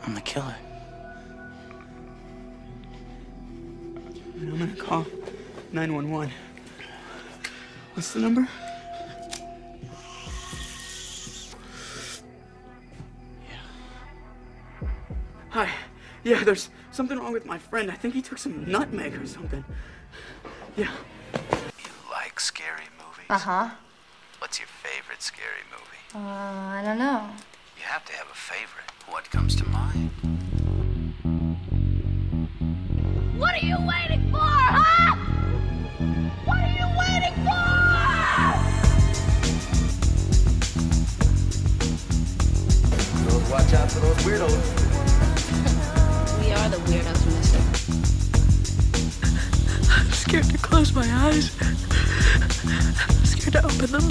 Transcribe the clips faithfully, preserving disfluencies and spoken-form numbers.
I'm the killer. And I'm gonna call nine one one. What's the number? Yeah. Hi. Yeah, there's something wrong with my friend. I think he took some nutmeg or something. Yeah. You like scary movies? Uh-huh. What's your favorite scary movie? Uh, I don't know. You have to have a favorite. What comes to mind? What are you waiting for, huh? What are you waiting for? Girls, watch out for those weirdos. We are the weirdos, mister. I'm scared to close my eyes. I'm scared to open them.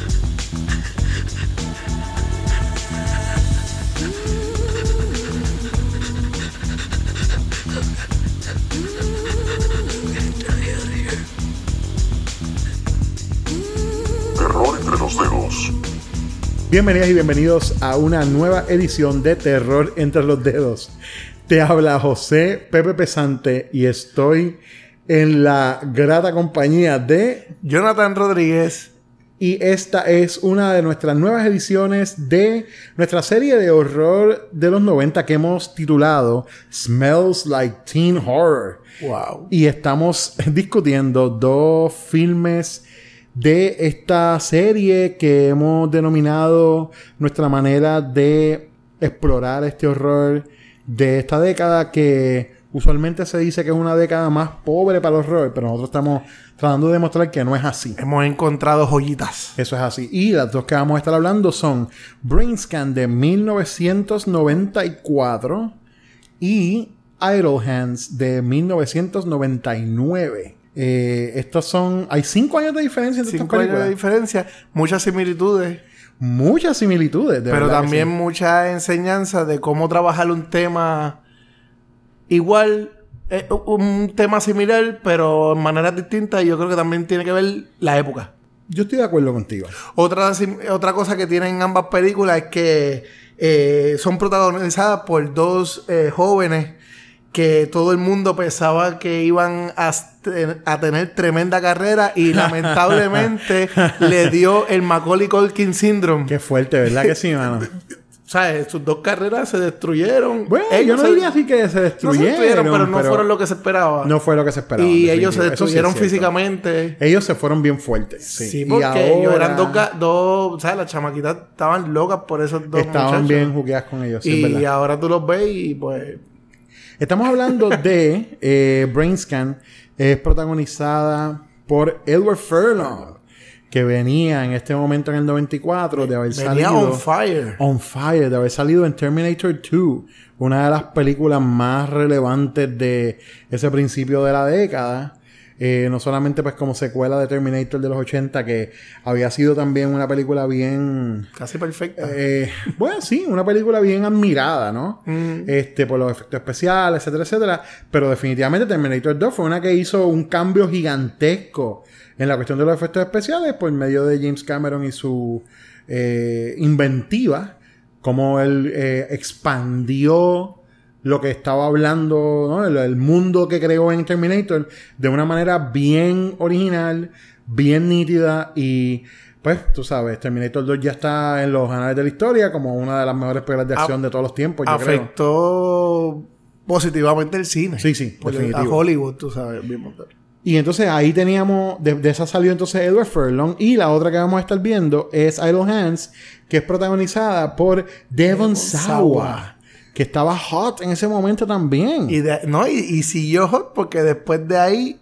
Terror entre los dedos. Bienvenidas y bienvenidos a una nueva edición de Terror entre los dedos. Te habla José Pepe Pesante y estoy en la grata compañía de Jonathan Rodríguez. Y esta es una de nuestras nuevas ediciones de nuestra serie de horror de los noventa que hemos titulado Smells Like Teen Horror. Wow. Y estamos discutiendo dos filmes de esta serie que hemos denominado nuestra manera de explorar este horror de esta década, que usualmente se dice que es una década más pobre para el horror, pero nosotros estamos tratando de demostrar que no es así. Hemos encontrado joyitas. Eso es así. Y las dos que vamos a estar hablando son Brainscan de mil novecientos noventa y cuatro y Idle Hands de mil novecientos noventa y nueve. Eh, estos son... Hay cinco años de diferencia entre estas Cinco años películas. de diferencia. Muchas similitudes. Muchas similitudes, de pero verdad también que sí. mucha enseñanza de cómo trabajar un tema igual, eh, un tema similar, pero en maneras distintas. Y yo creo que también tiene que ver la época. Yo estoy de acuerdo contigo. Otra, sim- otra cosa que tienen ambas películas es que eh, son protagonizadas por dos eh, jóvenes que todo el mundo pensaba que iban a, st- a tener tremenda carrera y lamentablemente le dio el Macaulay Culkin Syndrome. Qué fuerte, ¿verdad que sí, mano? O sea, sus dos carreras se destruyeron. Bueno, Ellos yo no se- diría así que se No se destruyeron, destruyeron, pero no fueron lo que se esperaba. No fue lo que se esperaba. y ellos se definitivo. Eso sí es destruyeron cierto. físicamente. Ellos se fueron bien fuertes. Sí, Sí, Y porque ahora ellos eran dos, ga- dos... ¿Sabes? Las chamaquitas estaban locas por esos dos Estaban muchachos. bien jugueadas con ellos, sí, es Y verdad. ahora tú los ves y pues... Estamos hablando de eh, Brainscan. Es protagonizada por Edward Furlong, que venía en este momento en el noventa y cuatro de haber Venía salido... on fire. On fire, de haber salido en Terminator dos, una de las películas más relevantes de ese principio de la década. Eh, no solamente pues como secuela de Terminator de los ochenta, que había sido también una película bien... Casi perfecta. Eh, bueno, sí, una película bien admirada, ¿no? Mm. Este, por los efectos especiales, etcétera, etcétera. Pero definitivamente Terminator dos fue una que hizo un cambio gigantesco en la cuestión de los efectos especiales por medio de James Cameron y su eh, inventiva, como él eh, expandió lo que estaba hablando, ¿no? El, el mundo que creó en Terminator de una manera bien original, bien nítida, y pues tú sabes, Terminator dos ya está en los anales de la historia como una de las mejores películas de acción A- de todos los tiempos, yo creo. Afectó positivamente el cine. Sí, sí, Porque definitivo. a Hollywood, tú sabes, bien montado. Y entonces ahí teníamos, de, de esa salió entonces Edward Furlong, y la otra que vamos a estar viendo es Idle Hands, que es protagonizada por Devon Sawa, que estaba hot en ese momento también. Y de, no, y, y siguió hot porque después de ahí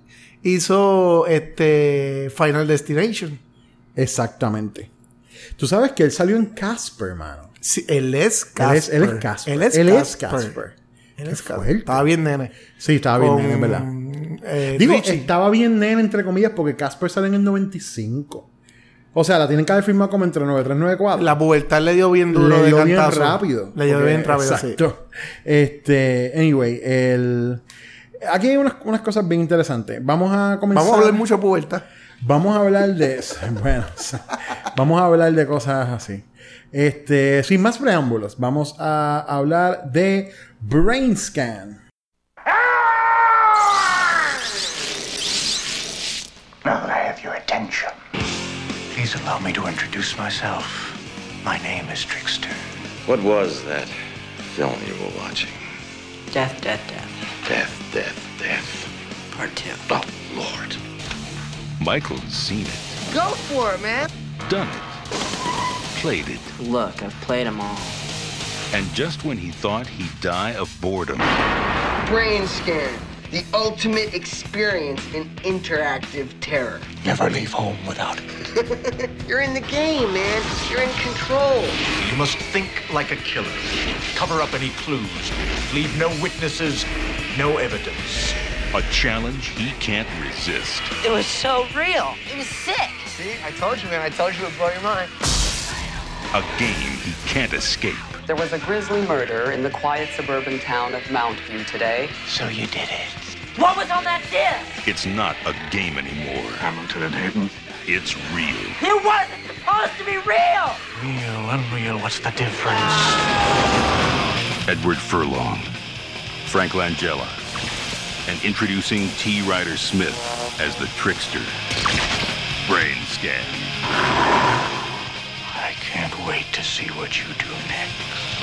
hizo este Final Destination. Exactamente. Tú sabes que él salió en Casper, mano. Sí, él es Él Casper. es, él es Casper. Él es Él es Casper. Casper. Él Qué es Casper. fuerte. Estaba bien nene. Sí, estaba bien, Con, nene, en verdad. eh, Digo, Richie. estaba bien nene, entre comillas, porque Casper sale en el noventa y cinco. O sea, la tienen que haber firmado como entre noventa y tres y noventa y cuatro. La pubertad le dio bien duro Le de dio bien cantazo. rápido. Le dio Porque- bien rápido, exacto. Este, anyway, el... Aquí hay unas, unas cosas bien interesantes. Vamos a sí. comenzar... Vamos a hablar mucho de pubertad. Vamos a hablar de... bueno, vamos a hablar de cosas así. Este, sin más preámbulos, vamos a hablar de Brain Scan. Now that I have your attention, please allow me to introduce myself. My name is Trickster. What was that film you were watching? Death, death, death. Death, death, death. Part two. Oh, Lord. Michael's seen it. Go for it, man. Done it. Played it. Look, I've played them all. And just when he thought he'd die of boredom, Brain Scan, the ultimate experience in interactive terror. Never leave home without it. You're in the game, man. You're in control. You must think like a killer. Cover up any clues. Leave no witnesses, no evidence. a challenge he can't resist. It was so real. It was sick. See, I told you, man. I told you it would blow your mind. A game he can't escape. There was a grisly murder in the quiet suburban town of Mountview today. So you did it. What was on that disc? It's not a game anymore. Hamilton and Hayden. It's real. It wasn't supposed to be real. Real, unreal, what's the difference? Edward Furlong, Frank Langella, and introducing T. Ryder Smith as the Trickster. Brain Scan. I can't wait to see what you do next.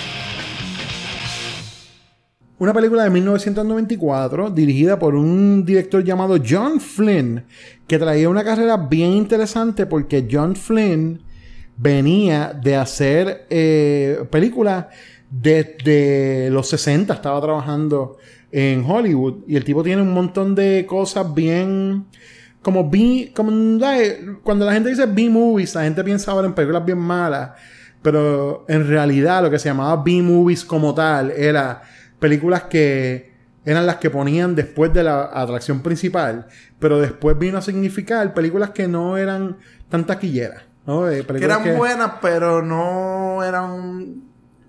Una película de mil novecientos noventa y cuatro dirigida por un director llamado John Flynn, que traía una carrera bien interesante porque John Flynn venía de hacer eh, películas desde los sesenta, estaba trabajando en Hollywood y el tipo tiene un montón de cosas bien como B, como cuando la gente dice B-movies, la gente piensa ahora en películas bien malas, pero en realidad lo que se llamaba B-movies como tal era películas que eran las que ponían después de la atracción principal, pero después vino a significar películas que no eran tan taquilleras, ¿no? Eh, que eran que... buenas, pero no eran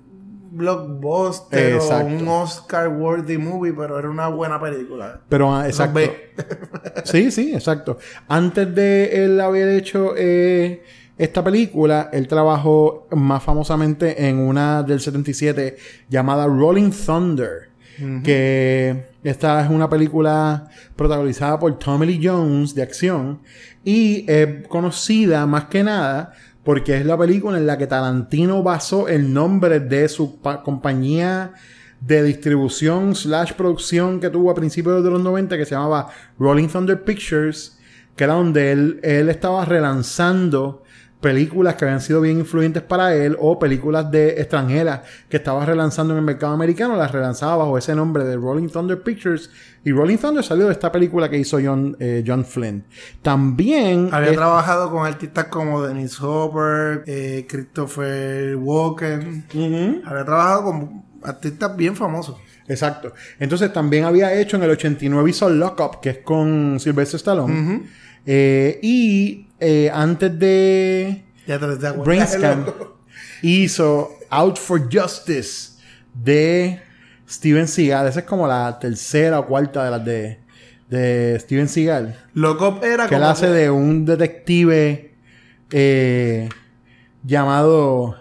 blockbuster Exacto. o un Oscar-worthy movie, pero era una buena película. Pero, ah, exacto. Sí, sí, exacto. Antes de él haber hecho eh, esta película, él trabajó más famosamente en una del setenta y siete llamada Rolling Thunder. Uh-huh. Que esta es una película protagonizada por Tommy Lee Jones de acción y es conocida más que nada porque es la película en la que Tarantino basó el nombre de su pa- compañía de distribución slash producción que tuvo a principios de los noventa, que se llamaba Rolling Thunder Pictures, que era donde él, él estaba relanzando películas que habían sido bien influyentes para él o películas de extranjeras que estaba relanzando en el mercado americano, las relanzaba bajo ese nombre de Rolling Thunder Pictures, y Rolling Thunder salió de esta película que hizo John, eh, John Flynn. También había eh, trabajado con artistas como Dennis Hopper, eh, Christopher Walken. Uh-huh. Había trabajado con artistas bien famosos. Exacto. Entonces también había hecho en el ochenta y nueve hizo Lock Up, que es con Sylvester Stallone. Uh-huh. eh, y eh, antes de ya te te Brain Scan hizo Out for Justice de Steven Seagal. Esa es como la tercera o cuarta de las de, de Steven Seagal. Lock Up era que como él hace que... de un detective eh, llamado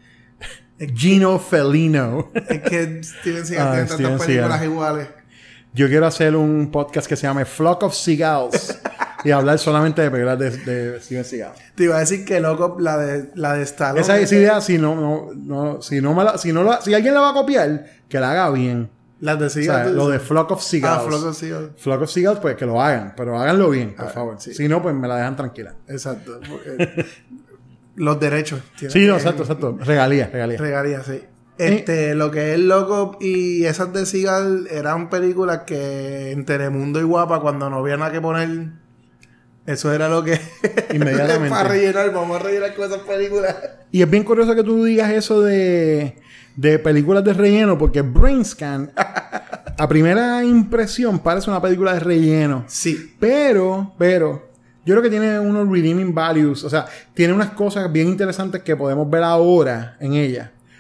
Gino Felino. Es que Steven Seagal Ah, tiene Steven tantas películas Seagal. iguales. Yo quiero hacer un podcast que se llame Flock of Seagulls y hablar solamente de películas de, de Steven Seagal. Te iba a decir que Lock Up, la de, la de Stallone. Esa, esa idea, si no, no, no, si no me la, si no la, si alguien la va a copiar, que la haga bien. Las de O Seagal. sea, lo de Flock of Seagulls. Ah, Flock of Seagulls. Flock of Seagulls, pues que lo hagan, pero háganlo bien, por Ah, favor. sí. Si no, pues me la dejan tranquila. Exacto. Porque los derechos. tienen Sí, no, que- exacto, exacto. Regalías, regalías. Regalías, sí. Este, lo que es Lock Up y esas de Seagal eran películas que en Telemundo y Guapa, cuando no había nada que poner, eso era lo que... Inmediatamente. Para rellenar, vamos a rellenar con esas películas. Y es bien curioso que tú digas eso de, de películas de relleno, porque Brain Scan, a primera impresión, parece una película de relleno. Sí. Pero, pero, yo creo que tiene unos redeeming values. O sea, tiene unas cosas bien interesantes que podemos ver ahora en ella.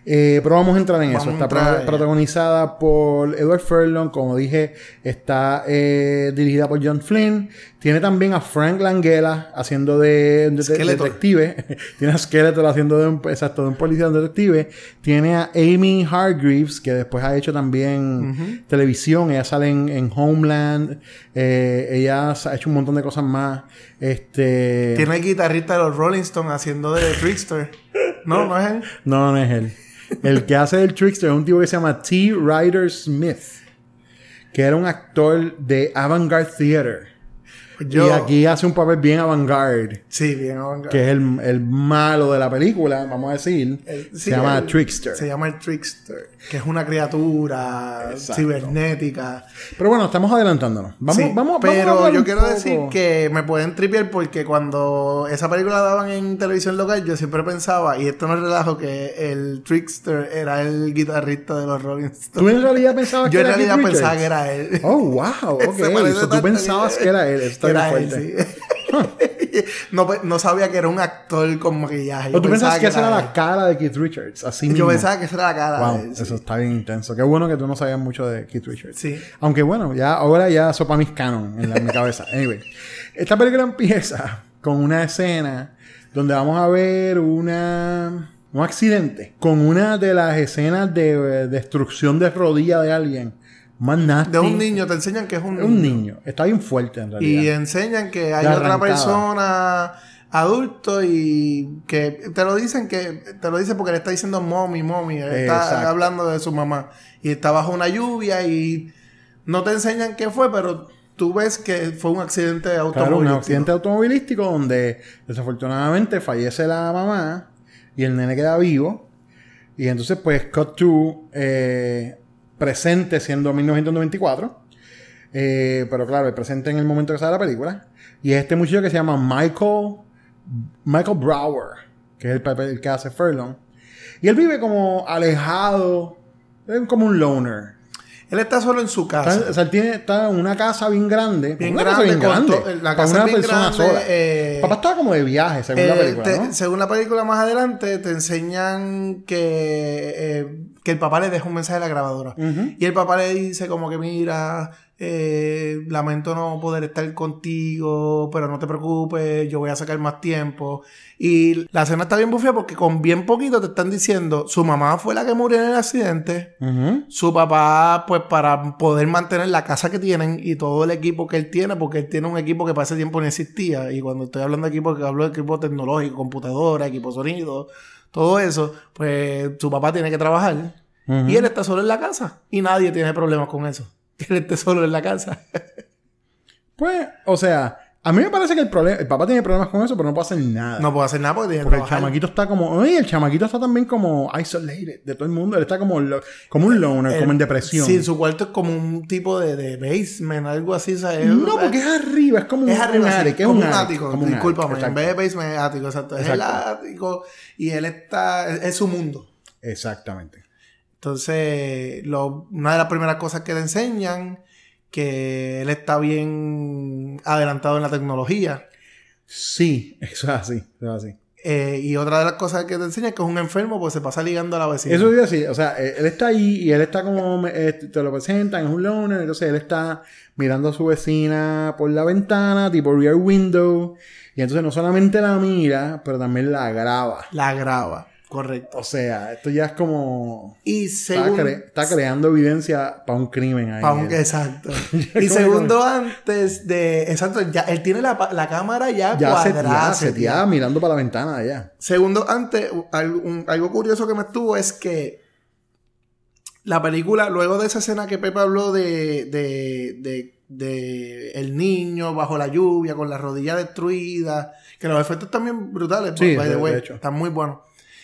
Eh, pero vamos a entrar en Vamos eso. Está a entrar pro- en- protagonizada por Edward Furlong, como dije, está eh, dirigida por John Flynn. Tiene también a Frank Langella haciendo de, de- de Skeletor. detective. Tiene a Skeletor haciendo de un, exacto, de un policía, de un detective. Tiene a Amy Hargreaves, que después ha hecho también Ujú. televisión. Ella sale en, en Homeland. Eh, ella ha hecho un montón de cosas más. Este... Tiene el guitarrista de los Rolling Stones haciendo de Trickster. No, no es él. No, no es él. El que hace el Trickster es un tipo que se llama T. Ryder Smith, que era un actor de Avant-Garde Theater. Yo- Y aquí hace un papel bien avant-garde, Sí, bien avant-garde. que es el, el malo de la película, vamos a decir. El- sí, se llama el- Trickster. Se llama el Trickster. Que es una criatura Exacto. cibernética. Pero bueno, estamos adelantándonos. Vamos, Sí, vamos, pero vamos a hablar yo un quiero poco. decir que me pueden tripear porque cuando esa película la daban en televisión local, yo siempre pensaba, y esto no es relajo, que el Trickster era el guitarrista de los Rolling Stones. ¿Tú en realidad pensabas que Yo en era realidad Keith pensaba Richards? que era él. Oh, wow, ok. Se parece So, tú tanto pensabas que era él. Eso está Era bien él, fuerte. sí. no, pe- no sabía que era un actor con maquillaje. ¿O Yo tú pensabas pensaba que esa era él. la cara de Keith Richards? Así Yo mismo. pensaba que esa era la cara Wow, de él. sí. eso está bien intenso. Qué bueno que tú no sabías mucho de Keith Richards. Sí. Aunque bueno, ya ahora ya sopa mis canon en, la, en mi cabeza. Anyway, esta película empieza con una escena donde vamos a ver una un accidente con una de las escenas de eh, destrucción de rodilla de alguien más nasty. De un niño, te enseñan que es un Es un niño. Está bien fuerte en realidad. Y enseñan que hay De otra arrancada. persona adulto y que te lo dicen que te lo dicen porque le está diciendo mommy, mommy, él está Exacto. hablando de su mamá y está bajo una lluvia y no te enseñan qué fue, pero tú ves que fue un accidente Claro, automovilístico. un accidente automovilístico donde desafortunadamente fallece la mamá y el nene queda vivo. Y entonces, pues, cut to eh, presente siendo mil novecientos noventa y cuatro. Eh, pero claro, el presente en el momento que sale la película. Y es este muchacho que se llama Michael Michael Brower, que es el papel el que hace Furlong. Y él vive como alejado, es como un loner. Él está solo en su casa. Está, o sea, él tiene, está en una casa bien grande. Bien una grande, casa bien con grande. to- la para casa una es bien persona grande, sola. eh, Papá estaba como de viaje, según la Eh, película, te- ¿no? Según la película más adelante, te enseñan que, eh, que el papá le deja un mensaje a la grabadora. Ujú. Y el papá le dice como que mira, eh, lamento no poder estar contigo, pero no te preocupes, yo voy a sacar más tiempo. Y la escena está bien bufia porque con bien poquito te están diciendo, su mamá fue la que murió en el accidente, Ujú. su papá, pues para poder mantener la casa que tienen y todo el equipo que él tiene, porque él tiene un equipo que para ese tiempo no existía. Y cuando estoy hablando de equipo, que hablo de equipo tecnológico, computadora, equipo sonido, todo eso, pues su papá tiene que trabajar. Ujú. Y él está solo en la casa. Y nadie tiene problemas con eso. Que él esté solo en la casa. Pues, o sea, a mí me parece que el problema, el papá tiene problemas con eso, pero no puede hacer nada. No puedo hacer nada porque tiene que Porque el trabajar. chamaquito está como, oye, el chamaquito está también como isolated de todo el mundo. Él está como, lo- como un loner, El- como en depresión. Sí, su cuarto es como un tipo de, de basement, algo así, ¿sabes? No, porque es arriba, es como Es un, arriba, un sí, attic, es como un un attic, ático. como un Discúlpame, attic, en vez de exacto. basement es ático, exacto. Es el Exacto. ático y él está... Es, es su mundo. Exactamente. Entonces, lo- una de las primeras cosas que le enseñan, que él está bien adelantado en la tecnología. Sí, eso es así, eso es así. Eh, y otra de las cosas que te enseña es que es un enfermo, pues se pasa ligando a la vecina. Eso es así, o sea, eh, él está ahí y él está como, eh, te lo presentan, es un loner, entonces él está mirando a su vecina por la ventana, tipo rear window, y entonces no solamente la mira, pero también la graba. La graba, correcto. O sea, esto ya es como... Y Está, según... cre- está creando evidencia para un crimen ahí. Pa' un- él. exacto. Ya Y como- segundo antes de... Exacto, ya, él tiene la, pa- la cámara ya, Ya cuadrada. seteada, seteada. seteada, mirando para la ventana allá. Segundo antes, u- algo, un- algo curioso que me estuvo es que la película, luego de esa escena que Pepe habló de, de, de, de el niño bajo la lluvia con la rodilla destruida, que los efectos también brutales, Sí, by the de- way, de hecho. están muy buenos.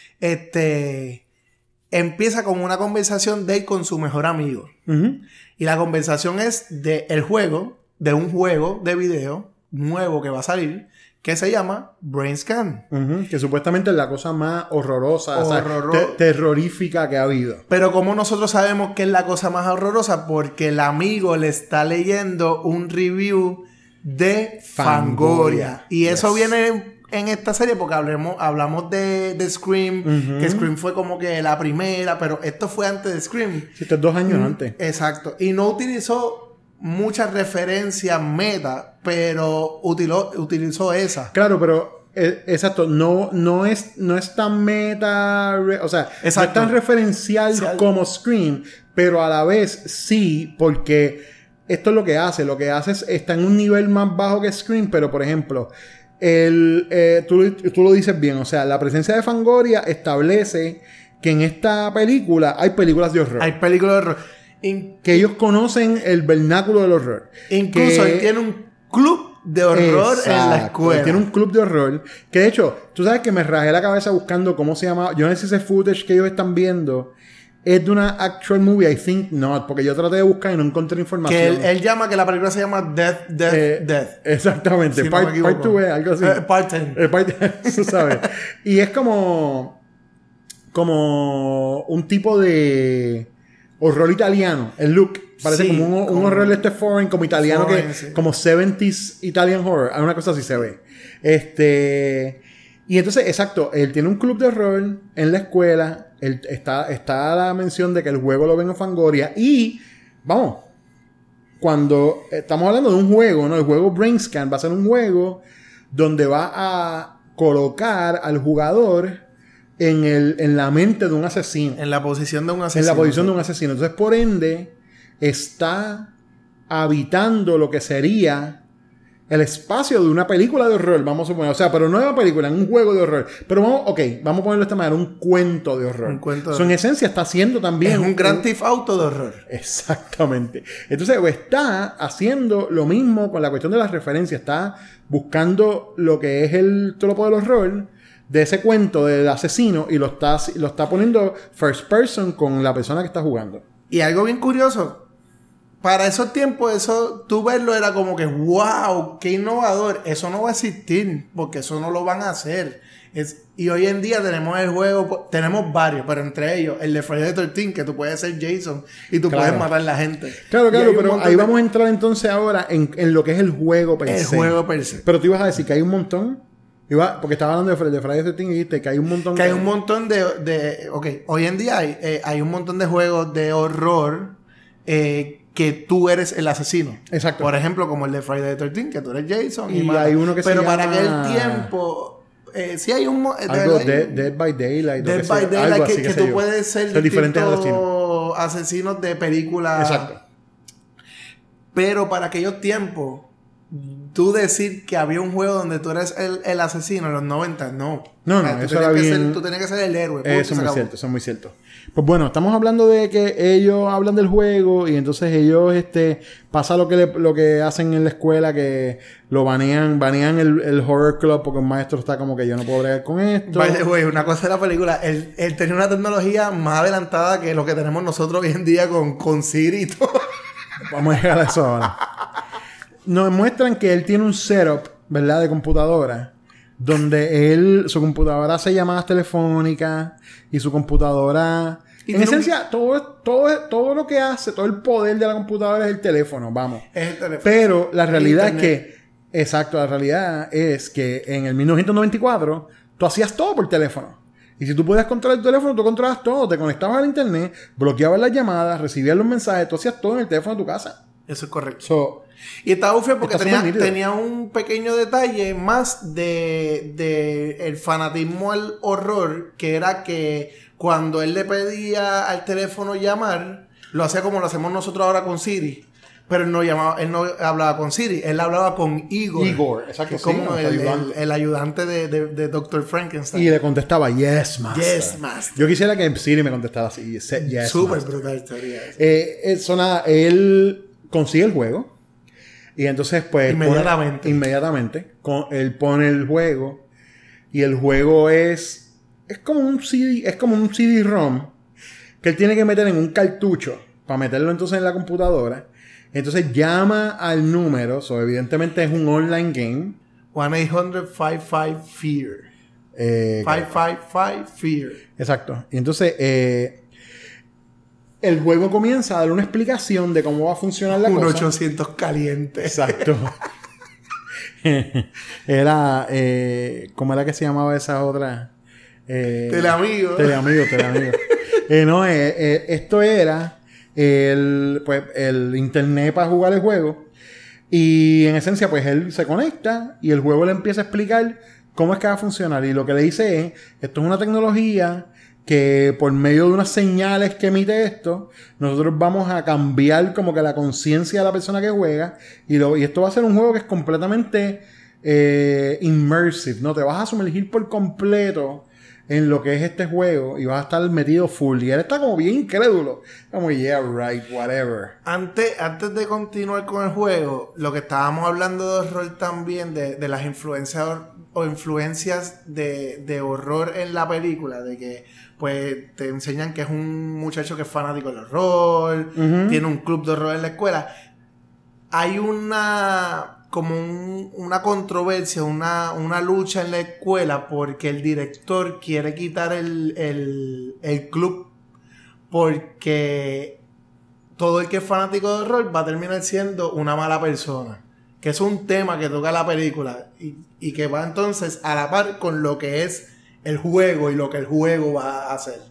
Este empieza con una conversación de él con su mejor amigo. Ujú. Y la conversación es de el juego, de un juego de video nuevo que va a salir, que se llama Brain Scan. Ujú, que supuestamente es la cosa más horrorosa, o sea, Horroro- te- terrorífica que ha habido. Pero como nosotros sabemos que es la cosa más horrorosa, porque el amigo le está leyendo un review de Fangoria. Fangoria. Y eso Yes. viene en esta serie porque hablemos, hablamos de, de Scream, Uh-huh. que Scream fue como que la primera, pero esto fue antes de Scream. Sí, esto es dos años Mm, antes. Exacto. Y no utilizó muchas referencias meta, pero utilizó, utilizó esa. Claro, pero eh, exacto, no, no es, no es tan meta, re- o sea, no es Exacto. tan referencial Sí, al- como Scream, pero a la vez sí, porque esto es lo que hace, lo que hace es, está en un nivel más bajo que Scream, pero por ejemplo, el, eh, tú, tú lo dices bien, o sea, la presencia de Fangoria establece que en esta película hay películas de horror. Hay películas de horror. In- que ellos conocen el vernáculo del horror. incluso Que- él tiene un club de horror en la Exacto, escuela. tiene un club de horror. Que de hecho, tú sabes que me rajé la cabeza buscando cómo se llama. Yo no sé si ese footage que ellos están viendo es de una actual movie. I think not. Porque yo traté de buscar y no encontré información. Que él, él llama que la película se llama Death, Death, Eh, Death. Exactamente. Si no part, me equivoco. part two, algo así. Eh, part ten. Eh, part- tú sabes. Y es como. Como un tipo de horror italiano. El look. Parece Sí, como un, un como- horror este foreign, como italiano, Foreign, que sí. como seventies Italian horror. Una cosa así se ve. Este. Y entonces, exacto, él tiene un club de horror en la escuela. Él, está, está la mención de que el juego lo ven en Fangoria. Y, vamos, cuando estamos hablando de un juego, ¿no? El juego Brainscan va a ser un juego donde va a colocar al jugador en, el, en la mente de un asesino. En la posición de un asesino. En la posición de un asesino. Entonces, por ende, está habitando lo que sería el espacio de una película de horror, vamos a suponer. O sea, pero no de una película, en un juego de horror. Pero vamos, ok, vamos a ponerlo de esta manera, un cuento de horror. Un cuento de So, en horror. esencia está haciendo también... Es un Grand Theft Auto de horror. Exactamente. Entonces, pues, está haciendo lo mismo con la cuestión de las referencias. Está buscando lo que es el tropo del horror de ese cuento del asesino y lo está, lo está poniendo first person con la persona que está jugando. Y algo bien curioso, para esos tiempos, eso, tú verlo era como que, wow, qué innovador. Eso no va a existir, porque eso no lo van a hacer. Es, y hoy en día tenemos el juego, tenemos varios, pero entre ellos, el de Friday the thirteenth, que tú puedes ser Jason y tú Claro. puedes matar a la gente. Claro, Y claro, hay un pero montón ahí de- vamos a entrar entonces ahora en, en lo que es el juego per El se. juego per se. Pero tú ibas a decir que hay un montón. Iba, porque estaba hablando de, Fre- de Friday the thirteenth y dijiste que hay un montón Que de... hay un montón de... de ok, hoy en día hay, eh, hay un montón de juegos de horror eh, que tú eres el asesino. Exacto. Por ejemplo, como el de Friday the thirteenth, que tú eres Jason. Y, Y matas. hay uno que se Pero para llama- aquel tiempo... Eh, sí hay un... mo- de Algo verdad, de, hay- Dead by Daylight. o Dead qué by sé yo, Daylight, algo que, así, que qué sé tú yo. puedes ser Son diferentes distintos destinos. asesinos de películas. Exacto. Pero para aquellos tiempos, tú decir que había un juego donde tú eres el, el asesino en los noventa, no. No, O sea, no, tú eso tenías era que bien- ser- tú tenías que ser el héroe. punto, Eso se es muy acabó. cierto, eso es muy cierto. Pues bueno, estamos hablando de que ellos hablan del juego y entonces ellos, este, pasa lo que le- lo que hacen en la escuela, que lo banean, banean el, el horror club porque un maestro está como que yo no puedo bregar con esto. By the way, una cosa de la película, él, él tenía una tecnología más adelantada que lo que tenemos nosotros hoy en día con, con Siri y todo. Vamos a llegar a eso ahora. Nos muestran que él tiene un setup, ¿verdad? De computadora. Donde él, su computadora hace llamadas telefónicas y su computadora... Y en tiene un- esencia, todo, todo, todo lo que hace, todo el poder de la computadora es el teléfono, vamos. Es el teléfono. Pero la realidad es Internet. que... Exacto, la realidad es que en el mil novecientos noventa y cuatro tú hacías todo por teléfono. Y si tú podías controlar el teléfono, tú controlabas todo. Te conectabas al internet, bloqueabas las llamadas, recibías los mensajes, tú hacías todo en el teléfono de tu casa. Eso es correcto. So, Y estaba bufio porque Está tenía, súper nítido. tenía un pequeño detalle más de, de el fanatismo al horror, que era que cuando él le pedía al teléfono llamar, lo hacía como lo hacemos nosotros ahora con Siri. Pero él no llamaba, él no hablaba con Siri, él hablaba con Igor. Igor, exacto, que es sí, como nuestro el, ayudante. el- el ayudante de, de, de doctor Frankenstein. y le contestaba, yes, master. Yes, master. Yo quisiera que Siri me contestara así, yes, Súper master. brutal teoría esa. Eh, eso nada, él consigue el juego. Y entonces, pues. Inmediatamente. pone- inmediatamente. Con, él pone el juego. Y el juego es. Es como un C D. Es como un C D-ROM. Que él tiene que meter en un cartucho. Para meterlo entonces en la computadora. Entonces llama al número. So, evidentemente es un online game. one eight hundred five five fear. Eh, five five five fear. Exacto. Y entonces. Eh, el juego comienza a dar una explicación de cómo va a funcionar la Un cosa. ochocientos caliente. Exacto. era... Eh, ¿Cómo era que se llamaba esa otra? Eh, Teleamigo. Teleamigo, Teleamigo. eh, no, eh, eh, esto era el, pues, el internet para jugar el juego. Y en esencia, pues él se conecta y el juego le empieza a explicar cómo es que va a funcionar. Y lo que le dice es, esto es una tecnología que por medio de unas señales que emite esto, nosotros vamos a cambiar como que la conciencia de la persona que juega. Y, lo, y esto va a ser un juego que es completamente eh, immersive, ¿no? Te vas a sumergir por completo en lo que es este juego y vas a estar metido full. Y él está como bien incrédulo. Como, yeah, right, whatever. Antes, antes de continuar con el juego, lo que estábamos hablando de rol también, de, de las influencias o influencias de, de horror en la película, de que pues te enseñan que es un muchacho que es fanático del horror, uh-huh. tiene un club de horror en la escuela. Hay una... como un, una controversia, una, una lucha en la escuela porque el director quiere quitar el, el, el club porque todo el que es fanático de horror va a terminar siendo una mala persona. Que es un tema que toca la película y, y que va entonces a la par con lo que es el juego y lo que el juego va a hacer.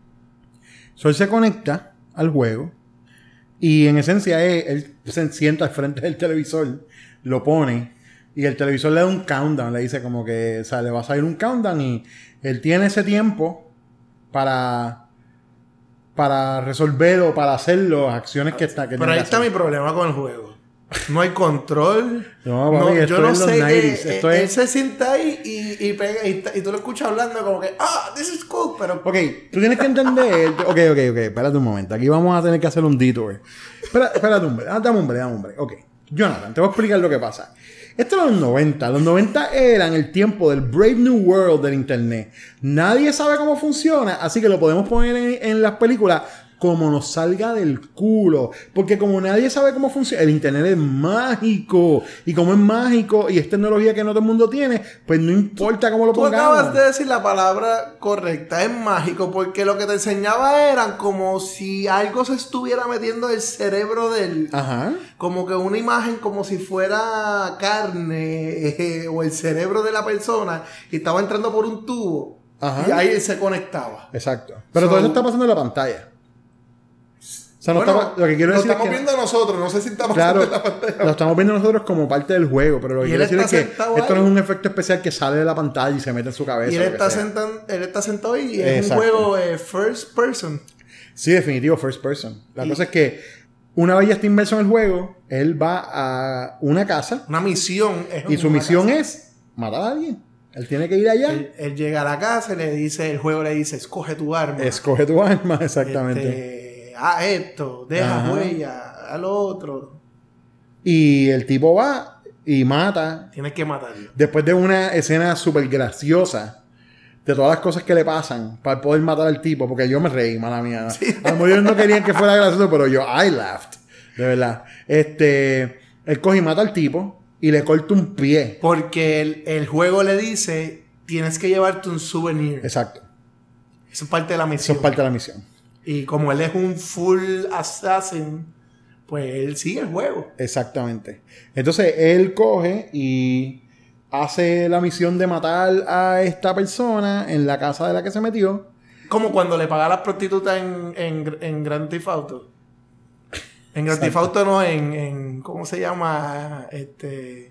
Sol se conecta al juego y en esencia es, él se sienta al frente del televisor, lo pone y el televisor le da un countdown, le dice como que, o sea, le va a salir un countdown y él tiene ese tiempo para para resolver o para hacer las acciones que está que pero ahí está mi problema con el juego. No hay control. No, papi, no, yo no sé que esto él es... se sienta ahí y, y, pega, y, y tú lo escuchas hablando como que ah, this is cool, pero... Ok, tú tienes que entender... ok, ok, ok, espérate un momento. Aquí vamos a tener que hacer un detour. Espera, espérate un break, dame un break, dame un break. Ok, Jonathan, te voy a explicar lo que pasa. Esto era los noventa. Los noventa eran el tiempo del Brave New World del internet. Nadie sabe cómo funciona, así que lo podemos poner en, en las películas como nos salga del culo. Porque como nadie sabe cómo funciona, el internet es mágico. Y como es mágico y es tecnología que no todo el mundo tiene, pues no importa cómo lo tú pongamos. Tú acabas de decir la palabra correcta, es mágico, porque lo que te enseñaba eran como si algo se estuviera metiendo en el cerebro del... Ajá. Como que una imagen como si fuera carne eh, o el cerebro de la persona y estaba entrando por un tubo. Ajá. Y ahí se conectaba. Exacto. Pero so, todo eso está pasando en la pantalla. O sea, no bueno, estaba, lo que quiero lo decir estamos es que, viendo nosotros, no sé si estamos claro, viendo en la pantalla. Lo estamos viendo nosotros como parte del juego, pero lo que y quiero decir es que esto ahí. No es un efecto especial que sale de la pantalla y se mete en su cabeza. Y él, está, sentan, él está sentado ahí y es un juego eh, first person. Sí, definitivo, first person. La y, cosa es que una vez ya está inmerso en el juego, él va a una casa. Una misión. Es y su misión casa. es matar a alguien. Él tiene que ir allá. Él, él llega a la casa y le dice, el juego le dice, escoge tu arma. Escoge tu arma, exactamente. Este, a esto, deja Ajá. huella, a lo otro. Y el tipo va y mata. Tienes que matarlo. Después de una escena súper graciosa de todas las cosas que le pasan para poder matar al tipo, porque yo me reí, mala mía. Sí. A lo mejor ellos no querían que fuera gracioso, pero yo, I laughed. De verdad. Este, él coge y mata al tipo y le corta un pie. Porque el, el juego le dice, tienes que llevarte un souvenir. Exacto. Eso es parte de la misión. Eso es parte de la misión. Y como él es un full assassin, pues él sigue el juego. Exactamente. Entonces él coge y hace la misión de matar a esta persona en la casa de la que se metió. Como cuando le paga a las prostitutas en, en, en Grand Theft Auto. En Grand Theft Auto no, en, en... ¿Cómo se llama? Este...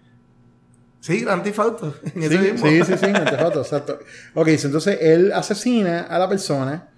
Sí, Grand Theft Auto. En ese sí, mismo. sí, sí, sí, Grand Theft Auto, exacto. Ok, entonces él asesina a la persona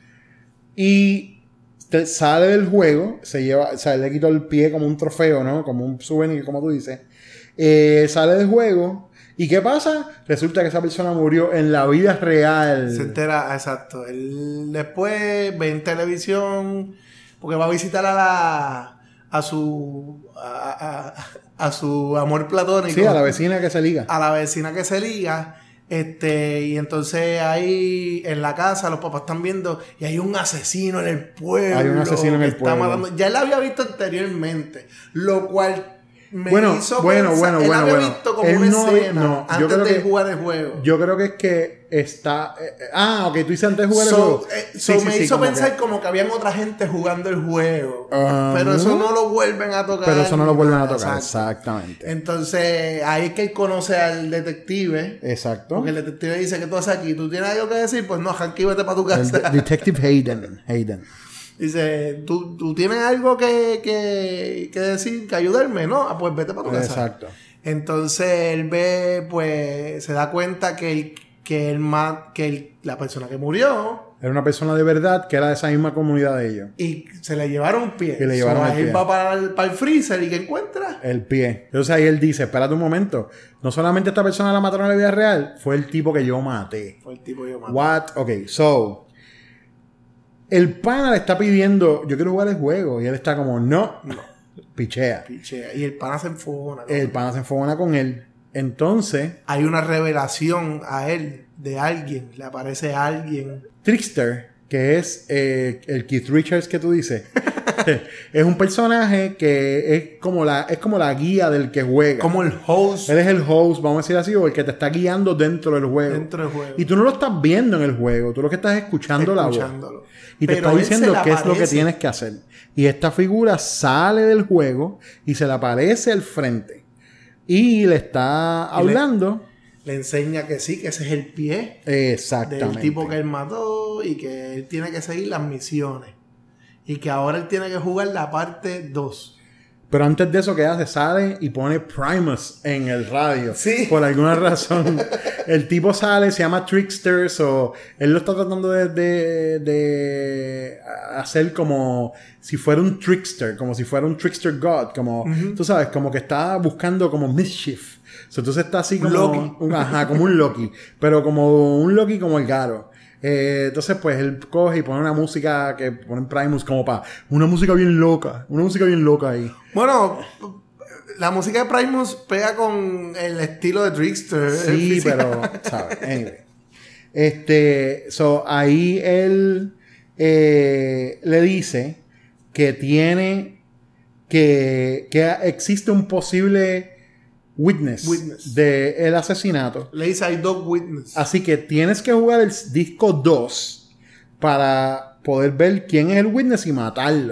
y sale del juego, se lleva, o sea, le quitó el pie como un trofeo, ¿no? Como un souvenir, como tú dices. Eh, sale del juego y ¿qué pasa? Resulta que esa persona murió en la vida real. Se entera, exacto. Él después ve en televisión porque va a visitar a la a su a, a, a su amor platónico. Sí, a la vecina que se liga. A la vecina que se liga. Este, y entonces ahí en la casa los papás están viendo y hay un asesino en el pueblo. Hay un asesino en el está pueblo. Matando. Ya él la había visto anteriormente, lo cual me bueno, hizo bueno, pensar, bueno, él bueno, había bueno. visto como Él una no había- escena no, yo antes creo de que- jugar el juego. Yo creo que es que está... eh, eh, ah, ok, tú dices antes de jugar el So, juego. eh, Sí, so sí, me sí, hizo como pensar que- como que habían otra gente jugando el juego. Ah, pero eso no lo vuelven a tocar. Pero eso no lo vuelven a tocar, Exacto. exactamente. Entonces, ahí es que él conoce al detective. Exacto. Porque el detective dice que tú haces aquí. ¿Tú tienes algo que decir? Pues no, Hanky, vete para tu El casa. de- Detective Hayden. Hayden. Dice, ¿tú, tú tienes algo que, que, que decir, que ayudarme? No, ah, pues vete para tu casa. Exacto. Entonces él ve, pues, se da cuenta que el, que el ma- que el- la persona que murió Era una persona de verdad que era de esa misma comunidad de ellos. y se le llevaron un pie. Y le llevaron So, el él pie. va para el, para el freezer y ¿qué encuentra? El pie. Entonces ahí él dice, espérate un momento. No solamente esta persona la mataron en la vida real, fue el tipo que yo maté. Fue el tipo que yo maté. What? Ok, so... El pana le está pidiendo, yo quiero jugar el juego. Y él está como, no. No. Pichea. Pichea. Y el pana se enfogona. El pana se enfogona con él. Entonces, Hay una revelación a él de alguien. Le aparece alguien. Trickster, que es eh, el Keith Richards que tú dices, es un personaje que es como la es como la guía del que juega. Como el host. Él es el host, vamos a decir así, o el que te está guiando dentro del juego. Dentro del juego. Y tú no lo estás viendo en el juego, tú lo que estás es escuchando la voz. Escuchándolo. Y te Pero está él se diciendo le qué es lo que aparece. tienes que hacer. Y esta figura sale del juego y se le aparece al frente. Y le está Y le- hablando. Le enseña que sí, que ese es el pie Exactamente. del tipo que él mató y que él tiene que seguir las misiones. Y que ahora él tiene que jugar la parte dos. Pero antes de eso, ¿qué hace? Sale y pone Primus en el radio. Sí. Por alguna razón. El tipo sale, se llama Trickster, o él lo está tratando de, de, de hacer como si fuera un trickster, como si fuera un trickster god, como, Ujú. tú sabes, como que está buscando como mischief. So, entonces está así como Loki. un- ajá, como un Loki, pero como un Loki como el Garo. Eh, entonces pues él coge y pone una música que pone Primus como para una música bien loca, una música bien loca ahí. Bueno, la música de Primus pega con el estilo de Trickster. Sí, pero, ¿sabes? Anyway. Este, so, ahí él eh, le dice que tiene que, que existe un posible witness, Witness. de el asesinato. Le dice, hay dos witnesses. Así que tienes que jugar el disco dos para poder ver quién es el witness y matarlo.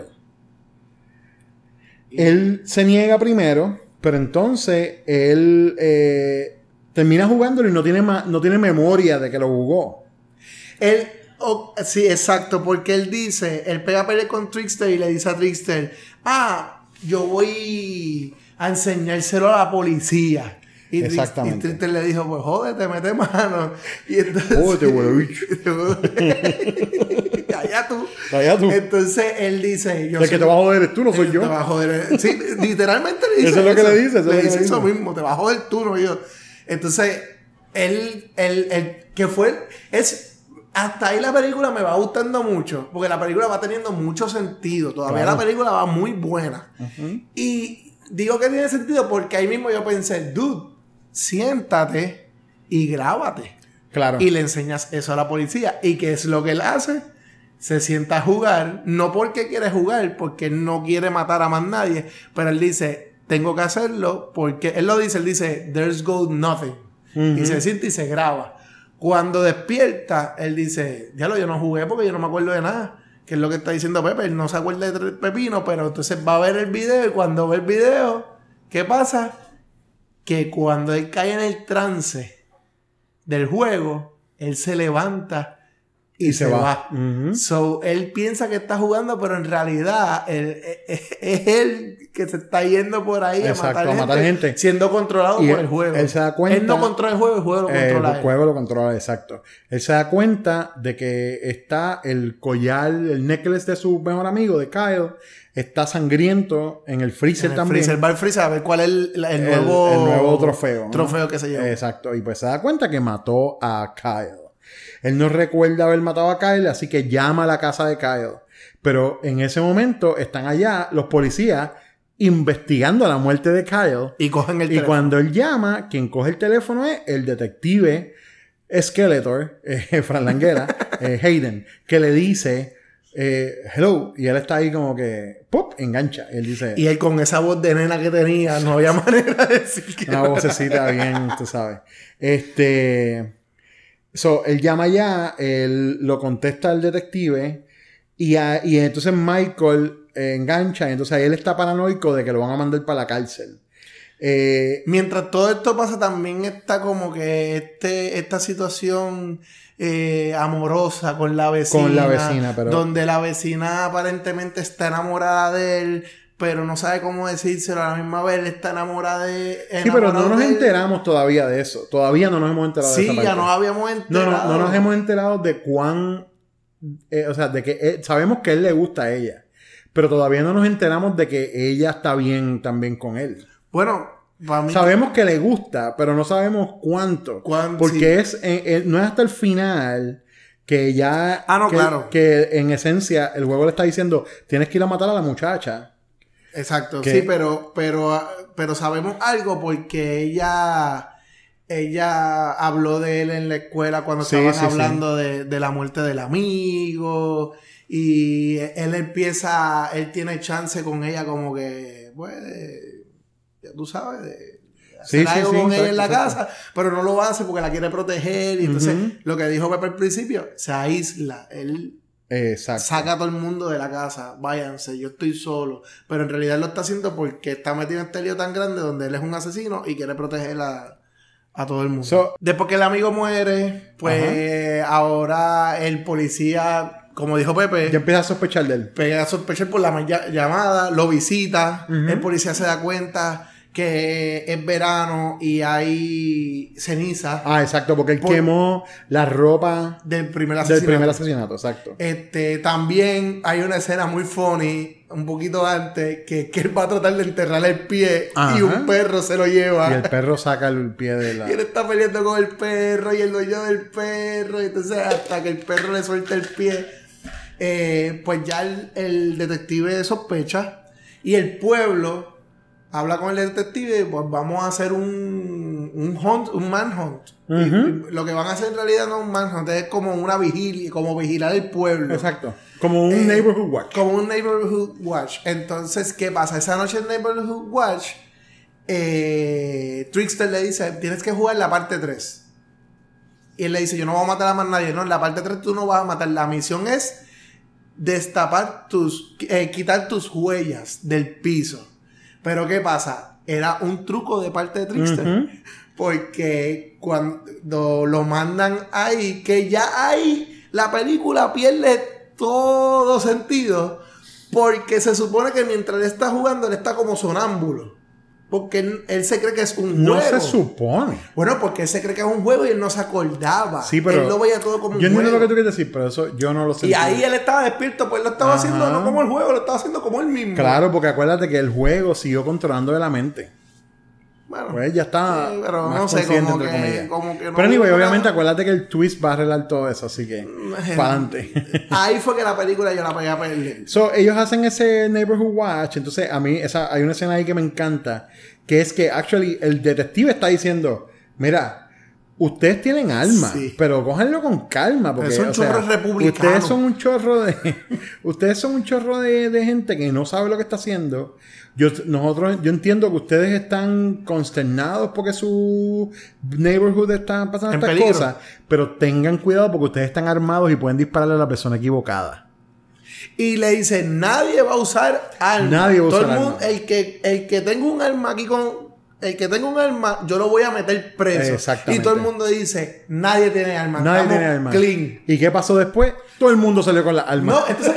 Él se niega primero, pero entonces él eh, termina jugándolo y no tiene, ma- no tiene memoria de que lo jugó. Él, oh, sí, exacto, porque él dice, él pega a pelear con Trickster y le dice a Trickster, ah, yo voy a enseñárselo a la policía. Y, Trick- Exactamente. y Trickster le dijo, pues jódete, mete mano. Y entonces... Jódete, huele bicho. Allá tú. Allá tú. Entonces él dice, yo El que soy- te va a joder eres tú, no soy el yo. Te va a joder. Sí, literalmente le dice Eso es lo que le dice, eso es lo Le que dice le eso dice. mismo, te va a joder tú, no yo. Entonces, él, él, él, que fue, es, hasta ahí la película me va gustando mucho, porque la película va teniendo mucho sentido, todavía Claro. la película va muy buena. Ujú. Y digo que tiene sentido porque ahí mismo yo pensé, dude, siéntate y grábate. Claro. Y le enseñas eso a la policía. ¿Y qué es lo que él hace? Se sienta a jugar, no porque quiere jugar, porque él no quiere matar a más nadie, pero él dice, tengo que hacerlo porque, él lo dice, él dice, there's go nothing. Ujú. Y se siente y se graba. Cuando despierta, él dice, ya lo, yo no jugué porque yo no me acuerdo de nada. Que es lo que está diciendo Pepe, él no se acuerda de Pepino, pero entonces va a ver el video y cuando ve el video, ¿qué pasa? Que cuando él cae en el trance del juego, él se levanta y, Y se, se va. va. Ujú. So, él piensa que está jugando, pero en realidad él- es, es él que se está yendo por ahí a Exacto, matar, a matar gente. siendo controlado Y por él- el juego. él se da cuenta- Él no controla el juego, el juego lo Eh, controla el él. juego lo controla, exacto. Él se da cuenta de que está el collar, el necklace de su mejor amigo, de Kyle, está sangriento en el freezer En el también. freezer, va al freezer a ver cuál es el, el El- nuevo, el nuevo trofeo. ¿no? trofeo que se lleva. Exacto. Y pues se da cuenta que mató a Kyle. Él no recuerda haber matado a Kyle, así que llama a la casa de Kyle. Pero en ese momento están allá los policías investigando la muerte de Kyle. Y cogen el Y teléfono. cuando él llama, quien coge el teléfono es el detective Skeletor, eh, Fran Languera, eh, Hayden, que le dice, eh, hello, y él está ahí como que, ¡pop! Engancha. Y él dice... Y él con esa voz de nena que tenía, no había manera de decir que... Una vocecita bien, tú sabes. Este... So, él llama ya, él lo contesta al detective y, a, y entonces Michael eh, engancha, y entonces ahí él está paranoico de que lo van a mandar para la cárcel. Eh, Mientras todo esto pasa, también está como que este, esta situación eh, amorosa con la vecina. Con la vecina, pero... Donde la vecina aparentemente está enamorada de él, pero no sabe cómo decírselo a la misma vez. Él está enamorada de... Sí, pero no nos enteramos todavía de eso. Todavía no nos hemos enterado sí, de esa parte. Sí, ya nos habíamos enterado. No, no, no nos hemos enterado de cuán... Eh, o sea, de que... Eh, sabemos que él le gusta a ella. Pero todavía no nos enteramos de que ella está bien también con él. Bueno, para mí... Sabemos que le gusta, pero no sabemos cuánto. ¿Cuánto? Porque Sí. es... Eh, eh, no es hasta el final... Que ya... Ah, no, que, claro. Que en esencia el juego le está diciendo... Tienes que ir a matar a la muchacha. Exacto, ¿Qué? sí, pero, pero, pero sabemos algo porque ella, ella habló de él en la escuela cuando Sí, estaban sí, hablando de, de la muerte del amigo y él empieza, él tiene chance con ella como que, pues, ya tú sabes, de hacer Sí, sí, algo sí, con ella exacto, en la exacto. casa, pero no lo hace porque la quiere proteger y entonces Ujú. lo que dijo Pepe al principio, se aísla, él... Exacto. Saca a todo el mundo de la casa, váyanse, yo estoy solo. Pero en realidad lo está haciendo porque está metido en este lío tan grande donde él es un asesino y quiere proteger a, a todo el mundo. So- Después que el amigo muere, pues ahora el policía, como dijo Pepe, Ya empieza a sospechar de él. pega a sospechar por la ma- llamada, lo visita, Ujú. el policía se da cuenta que es verano y hay ceniza Ah, exacto, porque él Por- quemó la ropa del primer del asesinato. primer asesinato, exacto. Este, también hay una escena muy funny, un poquito antes, que, que él va a tratar de enterrarle el pie Ajá. y un perro se lo lleva. Y el perro saca el pie de la... Y él está peleando con el perro y el dueño del perro. Y entonces hasta que el perro le suelta el pie, eh, pues ya el, el detective sospecha. Y el pueblo habla con el detective, pues vamos a hacer un, un hunt, un manhunt. Ujú. Y lo que van a hacer en realidad no es un manhunt, es como una vigilia, como vigilar el pueblo. Exacto. Como un Eh, neighborhood watch. Como un neighborhood watch. Entonces, ¿qué pasa? Esa noche en neighborhood watch, eh, Trickster le dice, tienes que jugar la parte tres. Y él le dice, yo no voy a matar a más nadie. No, en la parte tres tú no vas a matar. La misión es destapar tus, eh, quitar tus huellas del piso. Pero ¿qué pasa? Era un truco de parte de Trickster. Ujú. Porque cuando lo mandan ahí, que ya ahí la película pierde todo sentido. Porque se supone que mientras él está jugando, él está como sonámbulo. Porque él, él se cree que es un No juego. se supone. Bueno, porque él se cree que es un juego y él no se acordaba. Sí, pero... Él lo veía todo como un Yo entiendo juego. lo que tú quieres decir, pero eso yo no lo sé. Y ahí él estaba despierto, pues él lo estaba Ajá. haciendo no como el juego, lo estaba haciendo como él mismo. Claro, porque acuérdate que el juego siguió controlando de la mente. Bueno, Pues ya está sí, pero más no sé, consciente, como entre que- comillas. como que no Pero anyway, hubo obviamente nada. acuérdate que el twist va a arreglar todo eso, así que para adelante. Ahí fue que la película yo la pegué a perder. So, ellos hacen ese neighborhood watch, entonces a mí esa, hay una escena ahí que me encanta, que es que actually el detective está diciendo, mira, ustedes tienen armas, Sí. pero cójanlo con calma, porque Pero son o sea, chorros republicanos. ustedes son un chorro de ustedes son un chorro de, de gente que no sabe lo que está haciendo. Yo, nosotros, yo entiendo que ustedes están consternados porque su neighborhood está pasando En estas peligro. cosas, pero tengan cuidado porque ustedes están armados y pueden dispararle a la persona equivocada. Y le dice, nadie va a usar armas. Nadie va a Todo usar el mundo, armas. el que, el que tenga un arma aquí con... El que tenga un arma, yo lo voy a meter preso. Exactamente. Y todo el mundo dice, nadie tiene armas. Nadie Estamos tiene armas. clean. ¿Y qué pasó después? Todo el mundo salió con las armas. No, entonces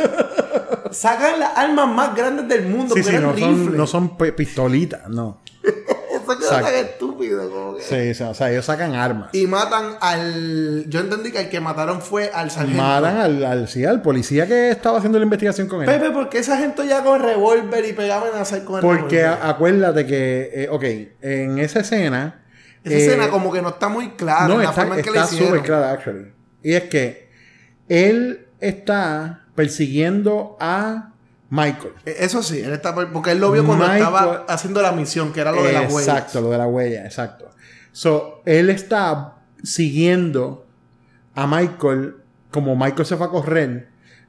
sacan las armas más grandes del mundo. sí, porque sí, eran no son, rifles. no son pe- pistolitas, no. Eso quedó Exacto. tan estúpido. Como que... Sí, sí, o sea, ellos sacan armas. Y matan al... Yo entendí que el que mataron fue al sargento. Matan al, al, sí, al policía que estaba haciendo la investigación con él. Pepe, ¿por qué esa gente ya con revólver y pegaba a amenazar con el Porque revólver? a- acuérdate que, eh, ok, en esa escena... Esa eh, escena como que no está muy clara. no, en la está, forma en que le está hicieron. súper clara, actually. Y es que él está persiguiendo a Michael. Eso sí, él está porque él lo vio cuando Michael- estaba haciendo la misión, que era lo de la huella. Exacto, lo de la huella, exacto. So, él está siguiendo a Michael, como Michael se fue a correr,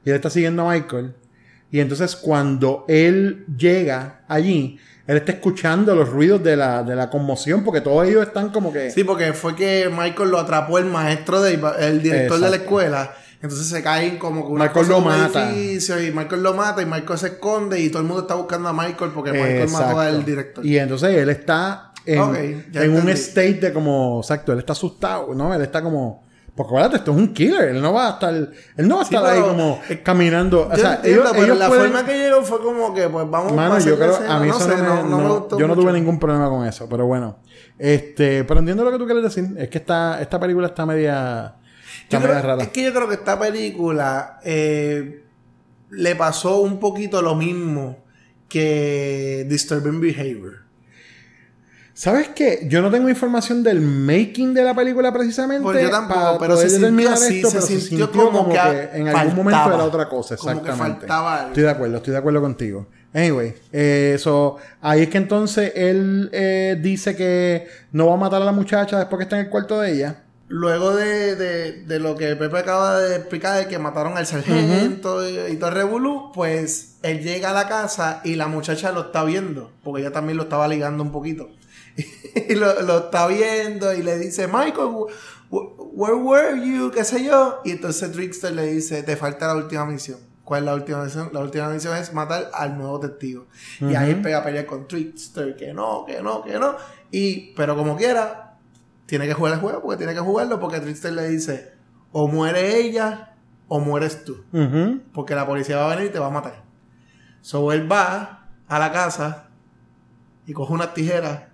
y él está siguiendo a Michael. Y entonces cuando él llega allí, él está escuchando los ruidos de la, de la conmoción, porque todos ellos están como que... Sí, porque fue que Michael lo atrapó el maestro, de, el director Exacto. de la escuela. Entonces se caen como que una Michael cosa lo en un mata. edificio, y Michael lo mata y Michael se esconde y todo el mundo está buscando a Michael porque Michael Exacto. mató al director. Y entonces él está en, Okay, ya en un entendí. state de como... Exacto, él está asustado, ¿no? Él está como... Porque acuérdate, esto es un killer. Él no va a estar... Él no va a Sí, estar ahí pero- como caminando. O Yo sea, entiendo, ellos, pero ellos la pueden- forma que llegó fue como que, pues vamos Mano, a hacer yo creo... la escena. A mí no eso sé, no, me, no, no me no- gustó yo no mucho. tuve ningún problema con eso. Pero bueno. Este... Pero entiendo lo que tú quieres decir. Es que esta, esta película está media... Está Yo media creo- rara. Es que yo creo que esta película eh, le pasó un poquito lo mismo que Disturbing Behavior. ¿Sabes qué? Yo no tengo información del making de la película precisamente. Pues yo tampoco, para pero poder se sintió determinar así, esto, se pero sintió como que en algún momento faltaba. era otra cosa, Como que exactamente. faltaba algo. Estoy de acuerdo, estoy de acuerdo contigo. Anyway, eh, so, ahí es que entonces él eh, dice que no va a matar a la muchacha después que está en el cuarto de ella. Luego de, de, de lo que Pepe acaba de explicar, de que mataron al sargento y, y todo el revolú, pues él llega a la casa y la muchacha lo está viendo, porque ella también lo estaba ligando un poquito. Y lo, lo está viendo y le dice, Michael, wh- where were you? ¿Qué sé yo? Y entonces Trickster le dice, te falta la última misión. ¿Cuál es la última misión? La última misión es matar al nuevo testigo. Y Ujú. ahí él pega a pelear con Trickster, que no, que no, que no. Y, pero como quiera, tiene que jugar el juego, porque tiene que jugarlo, porque Trickster le dice, o muere ella, o mueres tú. Ujú. Porque la policía va a venir y te va a matar. So él va a la casa y coge unas tijeras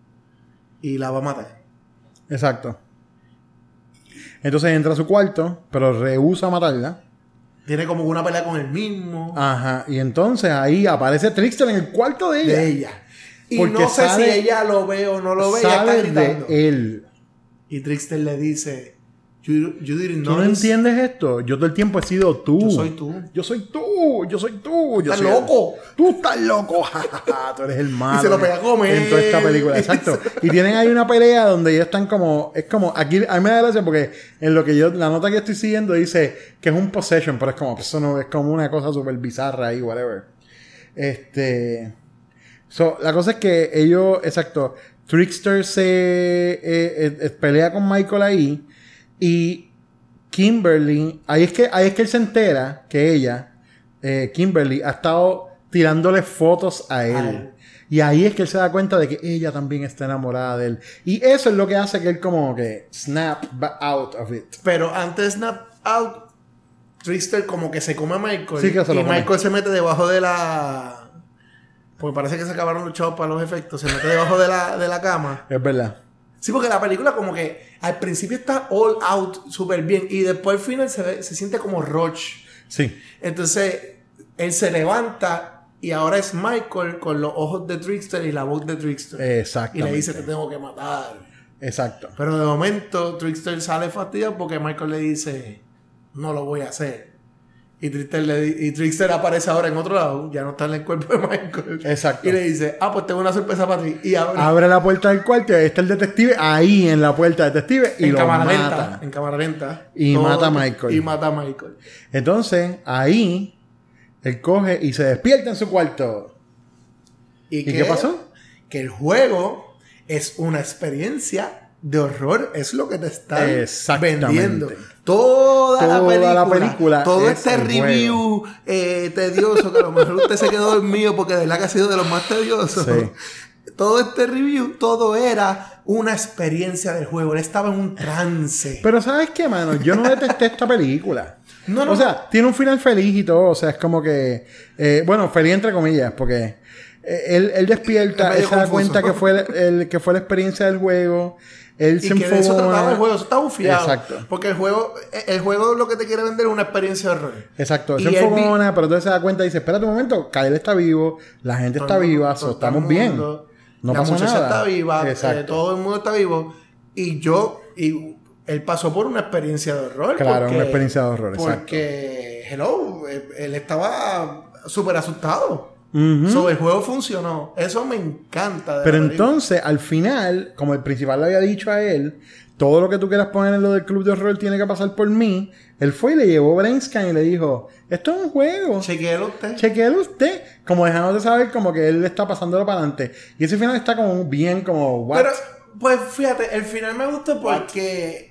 y la va a matar. Exacto. Entonces entra a su cuarto, pero rehúsa matarla. Tiene como una pelea con él mismo. Ajá. Y entonces ahí aparece Trickster en el cuarto de ella. De ella. Y Porque no sé sale- si ella lo ve o no lo ve. Ella está Sale gritando. de él. Y Trickster le dice, you, you didn't ¿Tú no notice? entiendes esto? Yo todo el tiempo he sido tú. Yo soy tú. Yo soy tú. Yo soy tú. Yo Estás soy- loco. Tú estás loco. Tú eres el malo. Y se lo pega a comer. En toda esta película. Exacto. Y tienen ahí una pelea donde ellos están como... Es como... Aquí a mí me da gracia porque en lo que yo... La nota que estoy siguiendo dice que es un possession. Pero es como... Eso no es como una cosa súper bizarra ahí. Whatever. Este... So, la cosa es que ellos... Exacto. Trickster se... eh, eh, pelea con Michael ahí. Y... Kimberly, ahí es que ahí es que él se entera que ella, eh, Kimberly, ha estado tirándole fotos a él. A él. Y ahí es que él se da cuenta de que ella también está enamorada de él. Y eso es lo que hace que él como que snap ba- out of it. Pero antes de Snap Out, Trickster como que se come a Michael. Sí, que se lo y come. Michael se mete debajo de la... Porque parece que se acabaron los chavos para los efectos. Se mete debajo de la, de la cama. Es verdad. Sí, porque la película como que al principio está all out súper bien. Y después al final se, ve- se siente como Roach. Sí. Entonces, él se levanta y ahora es Michael con los ojos de Trickster y la voz de Trickster. Y Exactamente. le dice, te tengo que matar. Exacto. Pero de momento, Trickster sale fastidiado porque Michael le dice, no lo voy a hacer. Y Trickster, le di- y Trickster aparece ahora en otro lado, ya no está en el cuerpo de Michael. Exacto. Y le dice, ah, pues tengo una sorpresa para ti. Y abre, Abre la puerta del cuarto y ahí está el detective ahí en la puerta del detective y en lo cámara mata. lenta. En cámara lenta. Y mata a Michael. Y mata a Michael. Entonces, ahí él coge y se despierta en su cuarto. ¿Y, ¿Y qué pasó? Que el juego es una experiencia de horror. Es lo que te están Exactamente. vendiendo. Toda, la, Toda película, la película todo es este el review eh, tedioso, que a lo mejor usted se quedó dormido porque de verdad que ha sido de los más tediosos. Sí. Todo este review, todo era una experiencia del juego. Él estaba en un trance. Pero ¿sabes qué, mano? Yo no detesté esta película. No, no, o sea, tiene un final feliz y todo. O sea, es como que... eh, bueno, feliz entre comillas, porque eh, él, él despierta, Es él medio se da confuso. cuenta que fue, el, el- que fue la experiencia del juego. Él Y se que de eso enfogona. trataba el juego, eso está bufiado. Exacto. Porque el juego, el juego lo que te quiere vender es una experiencia de horror. Exacto, Y se él enfogona, pero entonces se da cuenta y dice, espérate un momento, Kyle está vivo, la gente Todo está el mundo- viva, todo- so, todo el estamos bien. mundo, No la pasa muchacha nada. está viva, eh, Exacto. todo el mundo está vivo. Y yo, y él pasó por una experiencia de horror. Claro, porque- una experiencia de horror, exacto. Porque, hello, él, él estaba súper asustado. Uh-huh. So, el juego funcionó. Eso me encanta. De Pero la película. entonces, al final, como el principal le había dicho a él, todo lo que tú quieras poner en lo del club de horror tiene que pasar por mí. Él fue y le llevó Brainscan y le dijo, esto es un juego. Chequéelo usted. Chequéelo usted. Como dejándote saber como que él está pasándolo para adelante. Y ese final está como bien como, what? Pero, pues fíjate, el final me gustó porque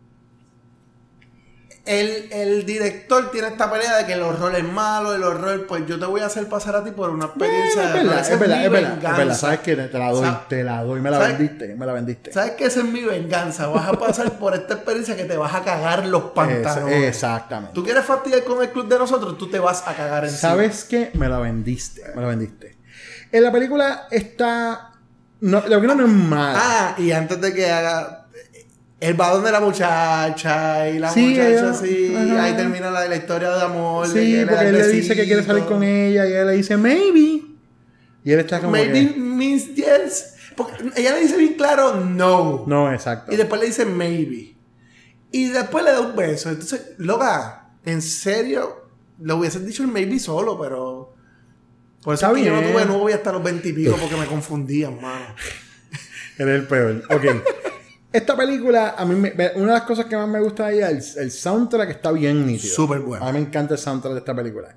el, el director tiene esta pelea de que el horror es malo, el horror, pues yo te voy a hacer pasar a ti por una experiencia. Bueno, es verdad, Esa es verdad, mi es verdad, venganza. es verdad. ¿Sabes qué? Te la doy, ¿Sabes? te la doy, me la ¿Sabes? vendiste, me la vendiste. ¿Sabes qué? Esa es mi venganza. Vas a pasar por esta experiencia que te vas a cagar los pantalones. Es- exactamente. Tú quieres fastidiar con el club de nosotros, tú te vas a cagar encima. ¿Sabes qué? Me la vendiste, me la vendiste. En la película está... No, la película no es mala. Ah, y antes de que haga... El va donde la muchacha y la Sí, muchacha ella- sí, ajá. ahí termina la, la historia de amor. de Sí, que porque da él el le dice que quiere besito. salir con ella y ella le dice, maybe. Y él está como Maybe que... means yes. Porque ella le dice bien claro no. No, exacto. Y después le dice maybe. Y después le da un beso. Entonces, loca, en serio, le hubieses dicho el maybe solo, pero... Por eso Está es que yo no bien. tuve novia hasta los veintipico porque me confundían, mano. Eres el peor. Ok. Esta película, a mí, me, una de las cosas que más me gusta de ella es el, el soundtrack, está bien nítido. Súper bueno. A mí me encanta el soundtrack de esta película.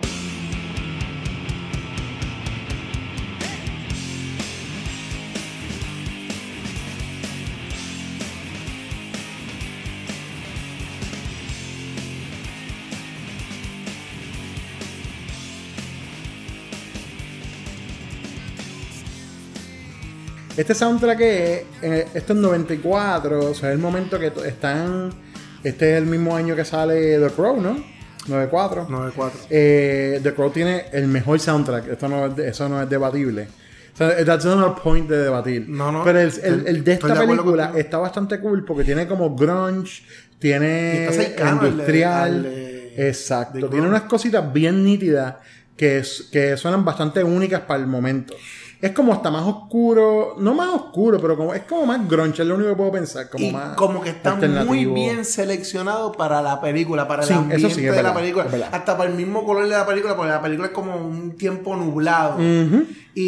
Este soundtrack es, eh, esto es noventa y cuatro, o sea, es el momento que to- están, este es el mismo año que sale The Crow, ¿no? noventa y cuatro. noventa y cuatro. Eh, The Crow tiene el mejor soundtrack, esto no es de- eso no es debatible. O sea, that's not a point de debatir. No, no. Pero el, el- el de Estoy esta de acuerdo película contigo. está bastante cool porque tiene como grunge, Y tiene está cercano al de- industrial. al de- exacto. de Tiene Crow. unas cositas bien nítidas que, es- que suenan bastante únicas para el momento. Es como hasta más oscuro, no más oscuro, pero como es como más grunge, es lo único que puedo pensar. Como Y más como que está muy alternativo. bien seleccionado para la película, para el Sí, eso ambiente sí, es de verdad, la película. es verdad. Hasta para el mismo color de la película, porque la película es como un tiempo nublado. Ujú.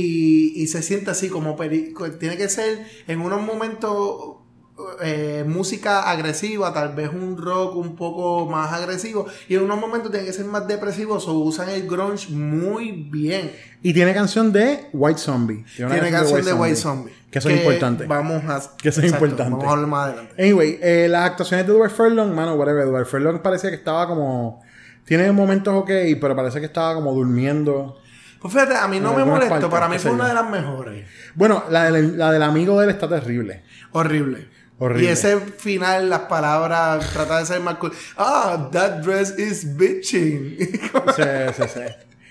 y, y se siente así como peri- tiene que ser en unos momentos eh, música agresiva, tal vez un rock un poco más agresivo, y en unos momentos tiene que ser más depresivo, o usan el grunge muy bien. Y tiene canción de White Zombie. una Tiene canción de White Zombie, Que eso es importante. Vamos a Que eso es exacto, importante. Vamos a hablar más adelante. Anyway, eh, las actuaciones de Edward Furlong, mano, whatever. Edward Furlong parecía que estaba como. Tiene momentos ok, pero parece que estaba como durmiendo. Pues fíjate, a mí no En me algunas molestó, partes, para mí qué fue sé una yo. de las mejores. Bueno, la del, la del amigo de él está terrible. Horrible. Horrible. Y ese final, las palabras, trata de ser más cool. Ah, that dress is bitching. Sí, sí, sí.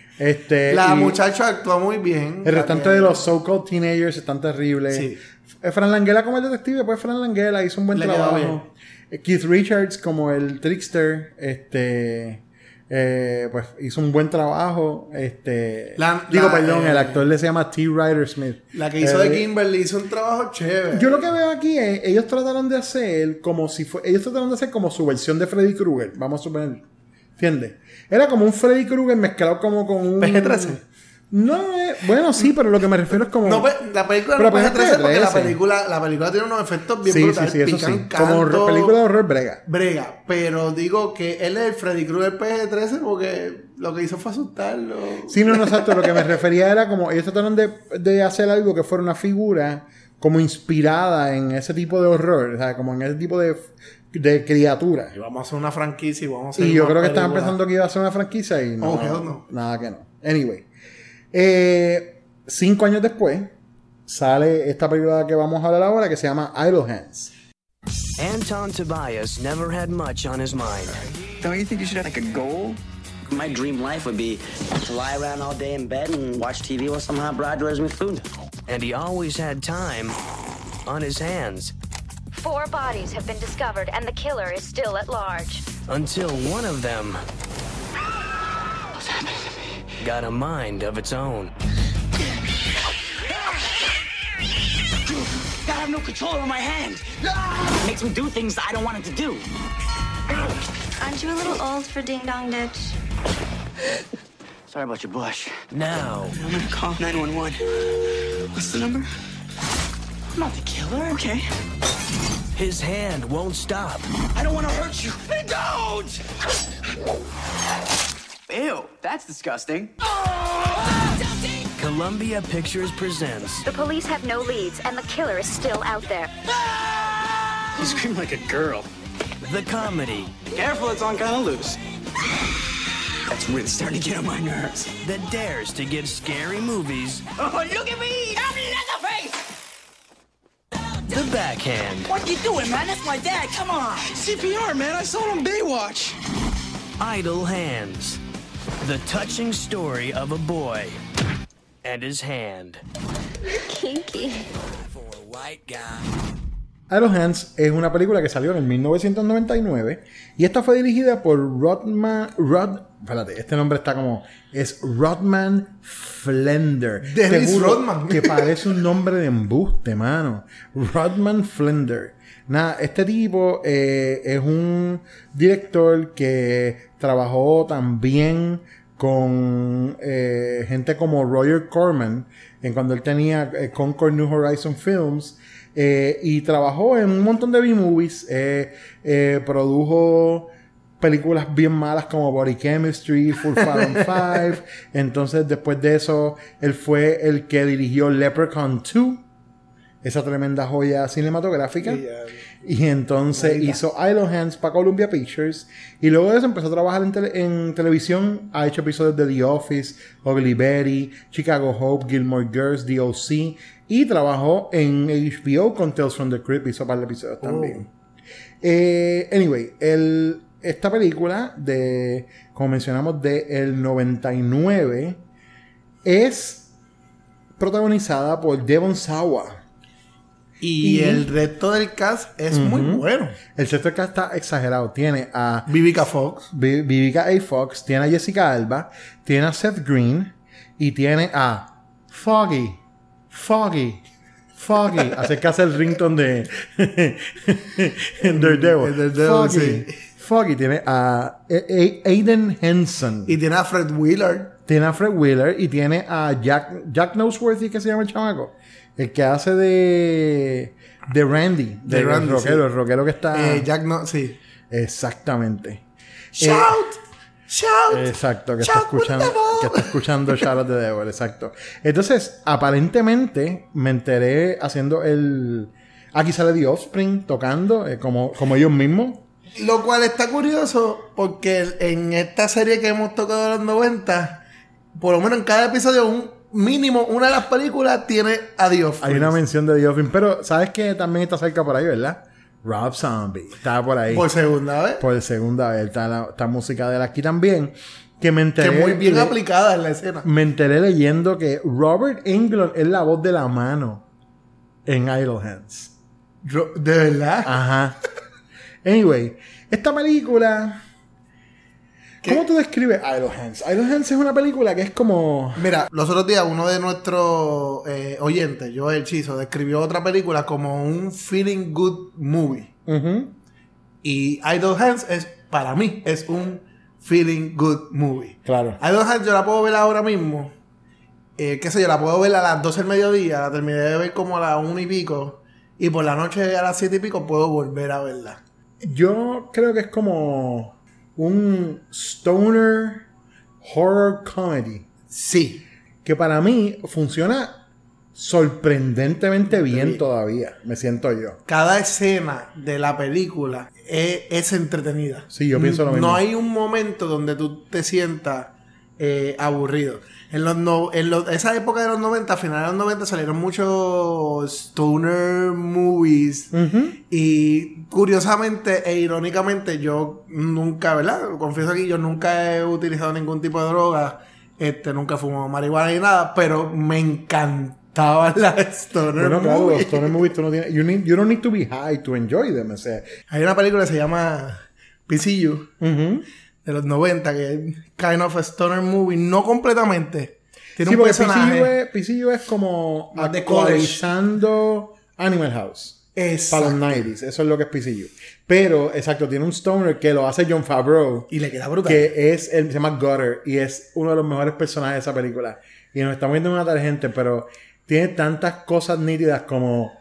Este, La y muchacha actúa muy bien. El restante También. de los so-called teenagers están terribles. Sí. Eh, Fran Langella como el detective, pues Fran Langella hizo un buen Le quedó trabajo. Eh, Keith Richards como el trickster, este, eh, pues hizo un buen trabajo. Este, La- digo, la, perdón, eh, el actor le se llama T. Ryder Smith. La que hizo Eh, de Kimberly hizo un trabajo chévere. Yo lo que veo aquí es, ellos trataron de hacer como si fue, ellos trataron de hacer como su versión de Freddy Krueger, vamos a suponer, ¿entiendes? Era como un Freddy Krueger mezclado como con un... P G trece. No, eh, bueno, sí, pero lo que me refiero es como... No, pues, la película Pero no puede P G trece porque la trece. película, la película tiene unos efectos bien sí, sí, brutales. sí, eso pican sí. Como canto, película de horror brega. brega. Pero digo que él es el Freddy Krueger P G trece porque lo que hizo fue asustarlo. Sí, no, no, exacto. Lo que me refería era como ellos trataron de, de hacer algo que fuera una figura como inspirada en ese tipo de horror, o sea, como en ese tipo de, de criatura. Y vamos a hacer una franquicia y vamos a hacer Y yo una creo que estaban película. pensando que iba a ser una franquicia y no, Oh, hell no. nada que no. Anyway, eh, cinco años después sale esta película que vamos a hablar ahora que se llama Idle Hands. Anton Tobias never had much on his mind. Don't you think you should have like a goal? My dream life would be to lie around all day in bed and watch T V while some hot broad orders me food. And he always had time on his hands. Four bodies have been discovered and the killer is still at large. Until one of them got a mind of its own. I have no control over my hands. It makes me do things I don't want it to do. Aren't you a little old for Ding Dong Ditch? Sorry about your bush. Now, I'm gonna call nine one one. What's the number? I'm not the killer. Okay. his hand won't stop. I don't want to hurt you. Then don't! Ew, that's disgusting. Columbia Pictures presents. The police have no leads, and the killer is still out there. You scream like a girl. The comedy. Careful, it's on kind of loose. That's really starting to get on my nerves. That dares to give scary movies. Oh, look at me! I'm Leatherface! The backhand. What you doing, man? That's my dad. Come on. C P R, man. I saw it on Baywatch. Idle hands. The touching story of a boy and his hand. Kinky. For a white guy. Idle Hands es una película que salió en el mil novecientos noventa y nueve y esta fue dirigida por Rodman Rod, espérate, este nombre está como es Rodman Flender. Dennis Rodman, que parece un nombre de embuste, mano. Rodman Flender. Nada, este tipo eh, es un director que trabajó también con eh, gente como Roger Corman en cuando él tenía eh, Concord New Horizon Films. Eh, y trabajó en un montón de B-movies. Eh, eh, produjo películas bien malas como Body Chemistry, Full Fallon Five. Entonces, después de eso, él fue el que dirigió Leprechaun dos, esa tremenda joya cinematográfica. Yeah. Y entonces Venga. hizo Idle Hands para Columbia Pictures. Y luego de eso empezó a trabajar en, tele- en televisión. Ha hecho episodios de The Office, Ugly Betty, Chicago Hope, Gilmore Girls, The O C. Y trabajó en H B O con Tales from the Crypt. Hizo un par de episodios oh. también. Eh, anyway, el, esta película, de como mencionamos, de el noventa y nueve, es protagonizada por Devon Sawa. Y, y el resto del cast es uh-huh. muy bueno. El resto del cast está exagerado. Tiene a Vivica Fox. B- Vivica A. Fox. Tiene a Jessica Alba. Tiene a Seth Green. Y tiene a Foggy. Foggy. Foggy. Hace que hace el ringtone de Daredevil. Daredevil, Foggy. sí. Foggy. Tiene a Aiden Henson. Y tiene a Fred Wheeler. Tiene a Fred Wheeler. Y tiene a Jack, Jack Noseworthy, que se llama el chamaco. El que hace de de Randy, de, de Randy, el rockero, sí. el rockero que está eh, Jack no, sí. Exactamente. Shout, eh, shout. Exacto, que shout está escuchando, que está escuchando Shout at the Devil, exacto. Entonces, aparentemente me enteré haciendo el aquí sale The Offspring tocando eh, como como ellos mismos. Lo cual está curioso porque en esta serie que hemos tocado de los noventa, por lo menos en cada episodio un mínimo una de las películas tiene a The Offspring. Hay una mención de The Offspring, pero ¿sabes que también está cerca por ahí, verdad? Rob Zombie estaba por ahí. Por segunda vez. Por segunda vez. Está la está música de él aquí también. Que me enteré. Que muy bien le, aplicada en la escena. Me enteré leyendo que Robert Englund es la voz de la mano en Idle Hands. ¿De verdad? Ajá. Anyway, esta película... ¿Qué? ¿Cómo tú describes Idle Hands? Idle Hands es una película que es como... Mira, los otros días uno de nuestros eh, oyentes, Joel Chizo, describió otra película como un feeling good movie. Uh-huh. Y Idle Hands es, para mí, es un feeling good movie. Claro. Idle Hands yo la puedo ver ahora mismo. Eh, qué sé yo, la puedo ver a las doce del mediodía. La terminé de ver como a las una y pico. Y por la noche a las siete y pico puedo volver a verla. Yo creo que es como... un stoner horror comedy. Sí. Que para mí funciona sorprendentemente bien, bien todavía. Me siento yo. Cada escena de la película es, es entretenida. Sí, yo pienso lo mismo. No hay un momento donde tú te sientas eh, aburrido. En los no, en los, esa época de los noventa, a finales de los noventa, salieron muchos stoner movies. Uh-huh. Y curiosamente e irónicamente, yo nunca, ¿verdad? Lo confieso aquí, yo nunca he utilizado ningún tipo de droga. Este, nunca fumo marihuana ni nada, pero me encantaban las stoner bueno, movies. claro, los stoner movies tú no tienes... You, need, you don't need to be high to enjoy them. O sea. Hay una película que se llama P C U. Uh-huh. De los noventa, que es kind of a stoner movie, no completamente. Tiene sí, un personaje. P C U es, P C U es como actualizando Animal House. Para los noventa, eso es lo que es P C U. Pero, exacto, tiene un stoner que lo hace Jon Favreau. Y le queda brutal. Que es, el, se llama Gutter, y es uno de los mejores personajes de esa película. Y nos estamos viendo en una tangente, pero tiene tantas cosas nítidas como...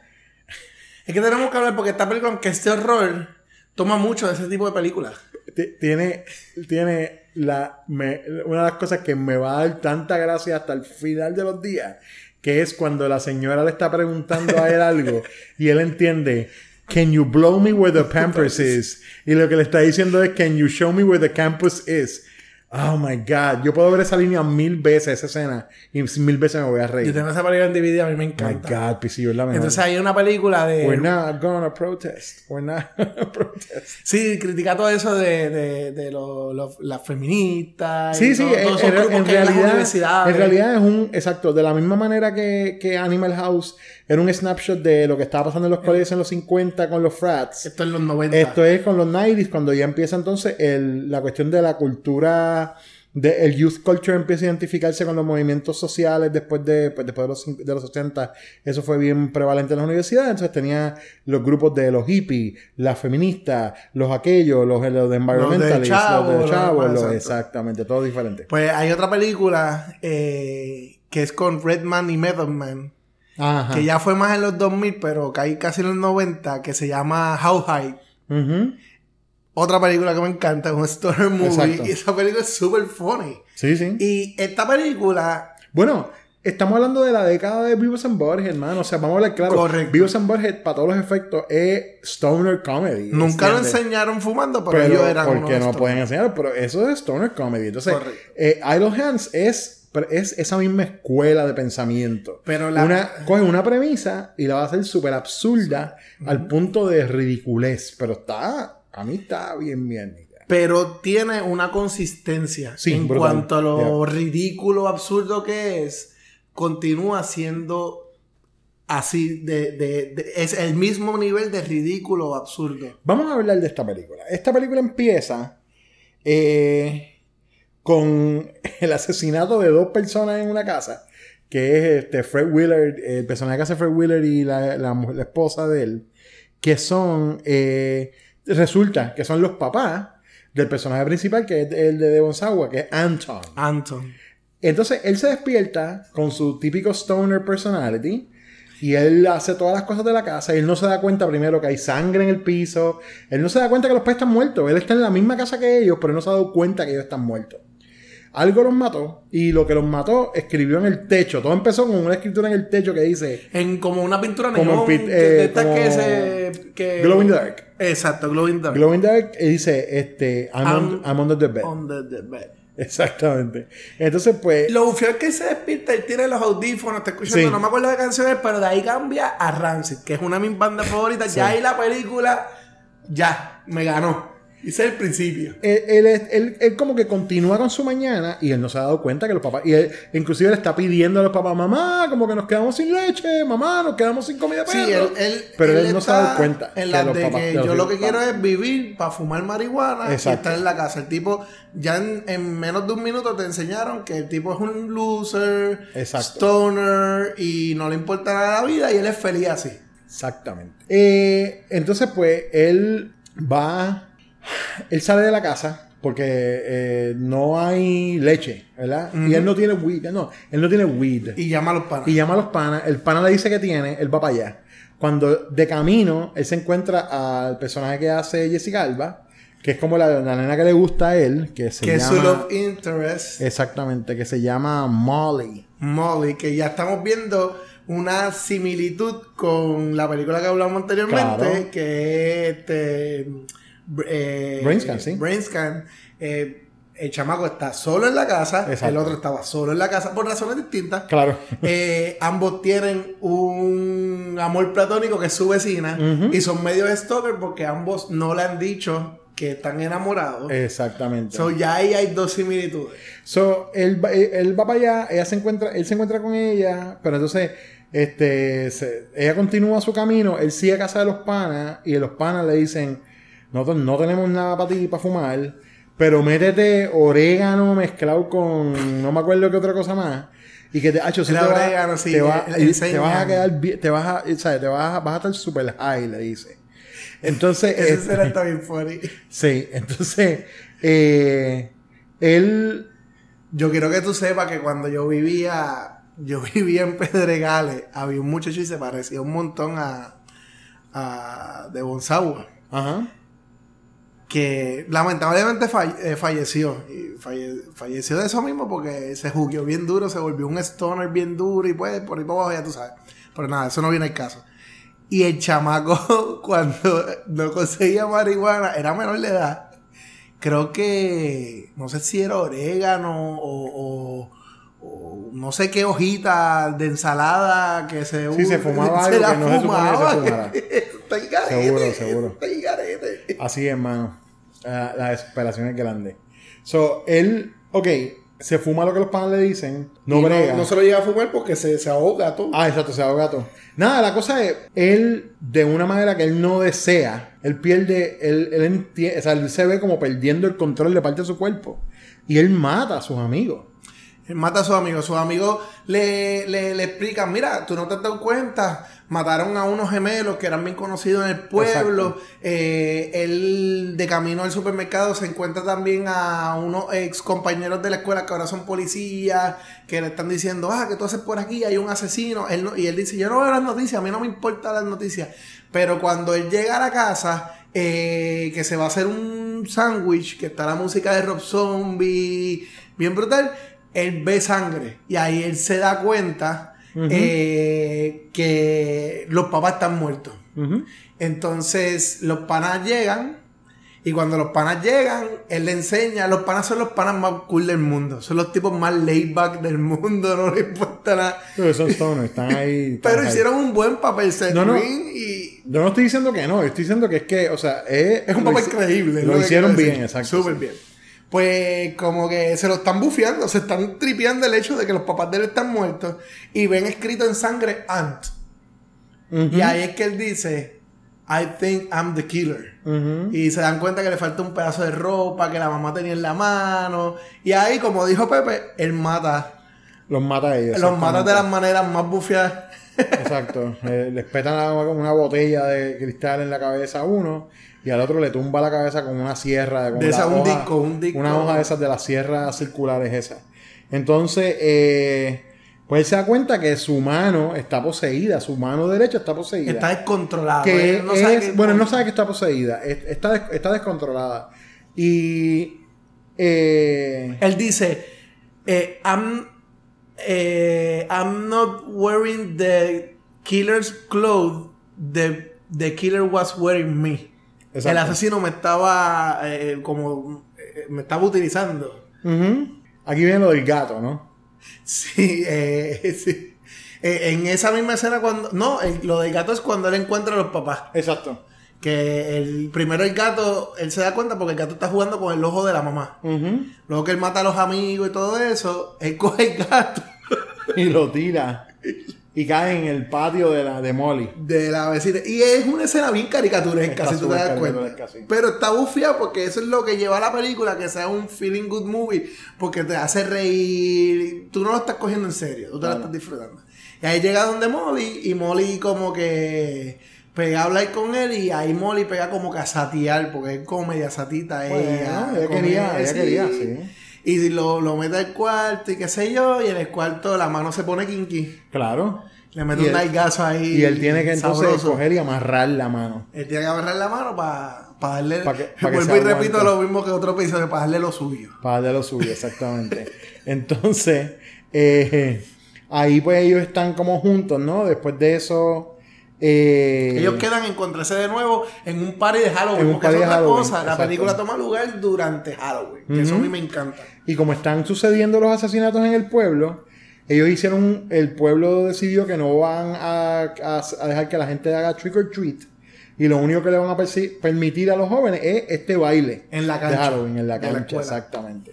Es que tenemos que hablar porque esta película, aunque este horror, toma mucho de ese tipo de películas. Tiene, tiene la, me, una de las cosas que me va a dar tanta gracia hasta el final de los días, que es cuando la señora le está preguntando a él algo y él entiende, can you blow me where the pampers is? Y lo que le está diciendo es, can you show me where the campus is? Oh my God, yo puedo ver esa línea mil veces, esa escena, y mil veces me voy a reír. Yo tengo esa película en D V D, a mí me encanta. My God, P C U es la mejor. Entonces hay una película de... We're not gonna protest. We're not gonna protest. Sí, critica todo eso de, de, de lo, lo, las feministas. Sí, y sí, todo, en, todos en, esos en, grupos que hay en las realidad, universidades. en realidad es un... Exacto, de la misma manera que, que Animal House era un snapshot de lo que estaba pasando en los colegios en los cincuenta con los frats. Esto es los noventa. Esto es con los noventa, cuando ya empieza entonces el, la cuestión de la cultura... De, el youth culture empieza a identificarse con los movimientos sociales después de, pues, después de los, de los ochenta. Eso fue bien prevalente en las universidades. Entonces tenía los grupos de los hippies, las feministas, los aquellos, los, los de environmentalists, los de chavos, los, exactamente, todo diferente. Pues hay otra película eh, que es con Redman y Method Man. Ajá. Que ya fue más en los dos mil, pero caí casi en los noventa, que se llama How High. Uh-huh. Otra película que me encanta, es un stoner movie. Exacto. Y esa película es súper funny. Sí, sí. Y esta película... Bueno, estamos hablando de la década de Beavis and Butthead, hermano. O sea, vamos a hablar claro. Correcto. Beavis and Butthead, para todos los efectos, es stoner comedy. Nunca lo enseñaron fumando, pero, pero ellos eran porque unos no stoner. Pueden enseñar, pero eso es stoner comedy. Entonces, eh, Idle Hands es... es esa misma escuela de pensamiento. Pero la... una, coge una premisa y la va a hacer súper absurda sí. al punto de ridiculez. Pero está... A mí está bien, bien. Pero tiene una consistencia. Sí, en brutal. cuanto a lo yeah. ridículo, absurdo que es, continúa siendo así de, de, de... Es el mismo nivel de ridículo absurdo. Vamos a hablar de esta película. Esta película empieza... Eh, con el asesinato de dos personas en una casa, que es este Fred Willard, el personaje que hace Fred Willard y la, la, la esposa de él, que son, eh, resulta que son los papás del personaje principal, que es el de Devon Sawa, que es Anton. Anton. Entonces él se despierta con su típico stoner personality y él hace todas las cosas de la casa y él no se da cuenta primero que hay sangre en el piso, él no se da cuenta que los padres están muertos, él está en la misma casa que ellos, pero no se ha dado cuenta que ellos están muertos. Algo los mató y lo que los mató escribió en el techo. Todo empezó con una escritura en el techo que dice... En como una pintura como neón. En, eh, que, como que se... Que... Glow in the Dark. Exacto, Glow in the Dark. Glow in the Dark y dice, este, I'm, I'm, on, I'm under the bed. Under the bed. Exactamente. Entonces, pues... Lo ufio es que se despierta y tiene los audífonos, está escuchando, sí. No me acuerdo de canciones, pero de ahí cambia a Rancid, que es una de mis bandas favoritas. Sí. Ya ahí la película, ya, me ganó. Ese es el principio. Él, él, él, él, él como que continúa con su mañana y él no se ha dado cuenta que los papás... Y él inclusive le está pidiendo a los papás, mamá, como que nos quedamos sin leche, mamá, nos quedamos sin comida perro. Sí, él, él, pero él, él no se ha dado cuenta. En la que de papás, que que yo lo que papás. quiero es vivir para fumar marihuana. Exacto. Y estar en la casa. El tipo, ya en, en menos de un minuto te enseñaron que el tipo es un loser, exacto. Stoner y no le importa nada la vida y él es feliz así. Exactamente. Eh, entonces, pues, él va... Él sale de la casa porque eh, no hay leche, ¿verdad? Uh-huh. Y él no tiene weed, no, él no tiene weed. Y llama a los panas. Y llama a los panas. El pana le dice que tiene, él va para allá. Cuando de camino, él se encuentra al personaje que hace Jessica Alba, que es como la, la nena que le gusta a él, que se que llama... Que es su love interest. Exactamente, que se llama Molly. Molly, que ya estamos viendo una similitud con la película que hablamos anteriormente, claro. Que es este... Eh, Brainscan, sí. Brainscan, eh, el chamaco está solo en la casa. Exacto. El otro estaba solo en la casa por razones distintas. Claro. Eh, ambos tienen un amor platónico que es su vecina. Uh-huh. Y son medio stalker porque ambos no le han dicho que están enamorados. Exactamente. So ya ahí hay dos similitudes. So él, él, él va para allá, ella se encuentra, él se encuentra con ella, pero entonces este, se, ella continúa su camino, él sigue a casa de los panas y los panas le dicen: Nosotros no tenemos nada para ti para fumar, pero métete orégano mezclado con no me acuerdo qué otra cosa más Y que te, acho, sí El te, va, orégano, sí, te, va, le y enseñan. te vas a quedar bien, te vas a, ¿sabes? Te vas a, vas a estar super high, le dice. Entonces... Ese este, será está bien funny. Sí, entonces... Eh, él... Yo quiero que tú sepas que cuando yo vivía... Yo vivía en Pedregales, había un muchacho y se parecía un montón a... a de Gonzalo. Ajá. Que lamentablemente falle, eh, falleció. Y falle, falleció de eso mismo porque se jugueó bien duro, se volvió un stoner bien duro y pues por ahí para abajo ya tú sabes. Pero nada, eso no viene al caso. Y el chamaco, cuando no conseguía marihuana, era menor de edad. Creo que, no sé si era orégano o, o, o no sé qué hojita de ensalada que se... Sí, se fumaba algo que no se supone que se fumara. Está en garete, seguro, seguro. Está en garete. Así es, hermano. Uh, la desesperación es grande. So, él, ok, se fuma lo que los panas le dicen, no Y brega. No, no se lo llega a fumar porque se, se ahoga todo. Ah, exacto, se ahoga todo. Nada, la cosa es, él, de una manera que él no desea, él pierde, él, él entiende, o sea, él se ve como perdiendo el control de parte de su cuerpo. Y él mata a sus amigos. Él mata a sus amigos. Sus amigos le, le, le explican, mira, tú no te has dado cuenta, mataron a unos gemelos que eran bien conocidos en el pueblo. Eh, él, de camino al supermercado, se encuentra también a unos ex compañeros de la escuela que ahora son policías, que le están diciendo, ah, ¿qué tú haces por aquí? Hay un asesino. Él no, y él dice, yo no veo las noticias, a mí no me importan las noticias. Pero cuando él llega a la casa, eh, que se va a hacer un sándwich, que está la música de Rob Zombie, bien brutal, él ve sangre. Y ahí él se da cuenta uh-huh. eh, que los papás están muertos. Uh-huh. Entonces los panas llegan. Y cuando los panas llegan, él le enseña. Los panas son los panas más cool del mundo. Son los tipos más laid back del mundo. No les importa nada. Pero son stoners, están ahí. Están Pero ahí. Hicieron un buen papel. Seth no, no. Green y... Yo no estoy diciendo que no. Yo estoy diciendo que es que, o sea, es, es un papel hic- creíble. Lo, lo hicieron bien, exacto. Súper sí. bien. Pues como que se lo están bufeando, se están tripeando el hecho de que los papás de él están muertos y ven escrito en sangre Ant. Uh-huh. Y ahí es que él dice, I think I'm the killer. Uh-huh. Y se dan cuenta que le falta un pedazo de ropa que la mamá tenía en la mano. Y ahí, como dijo Pepe, él mata. Los mata a ellos. Los mata de las maneras más bufiadas. Exacto. eh, les petan una botella de cristal en la cabeza a uno. Y al otro le tumba la cabeza con una sierra. Con de esa, un hoja, disco, un disco. Una hoja de esas de las sierras circulares esas. Entonces, eh, pues él se da cuenta que su mano está poseída. Su mano derecha está poseída. Está descontrolada. Que él no es, sabe que... Bueno, él no sabe que está poseída. Está, está descontrolada. Y... Eh, él dice, eh, I'm, eh, I'm not wearing the killer's clothes. The, the killer was wearing me. Exacto. El asesino me estaba eh, como eh, me estaba utilizando. Uh-huh. Aquí viene lo del gato, ¿no? Sí, eh, sí. Eh, en esa misma escena cuando... No, el, lo del gato es cuando él encuentra a los papás. Exacto. Que el primero el gato, él se da cuenta porque el gato está jugando con el ojo de la mamá. Uh-huh. Luego que él mata a los amigos y todo eso, él coge el gato y lo tira. Y cae en el patio de la de Molly. De la vecina. Y es una escena bien caricaturesca, si tú te das cuenta. Sí. Pero está bufiado porque eso es lo que lleva a la película, que sea un feeling good movie. Porque te hace reír. Tú no lo estás cogiendo en serio. Tú te claro. la estás disfrutando. Y ahí llega donde Molly. Y Molly como que pega a hablar con él. Y ahí Molly pega como que a satear. Porque es como media satita ella. Bueno, ella quería, ella quería, sí. Y lo, lo mete al cuarto y qué sé yo. Y en el cuarto la mano se pone kinky. Claro. Le mete un nalgazo ahí. Y él tiene que entonces sabroso. coger y amarrar la mano. Él tiene que amarrar la mano para pa darle. Pa que, pa vuelvo y repito lo mismo que otro episodio, para darle lo suyo. Para darle lo suyo, exactamente. Entonces, eh, ahí pues ellos están como juntos, ¿no? Después de eso. Eh, ellos quedan en encontrarse de nuevo en un party de Halloween. En un porque party es otra de Halloween, cosa. exacto. La película toma lugar durante Halloween. Que uh-huh. eso a mí me encanta. Y como están sucediendo los asesinatos en el pueblo. Ellos hicieron, el pueblo decidió que no van a, a, a dejar que la gente haga trick or treat. Y lo único que le van a perci- permitir a los jóvenes es este baile. En la cancha. De Halloween, en la cancha, la exactamente.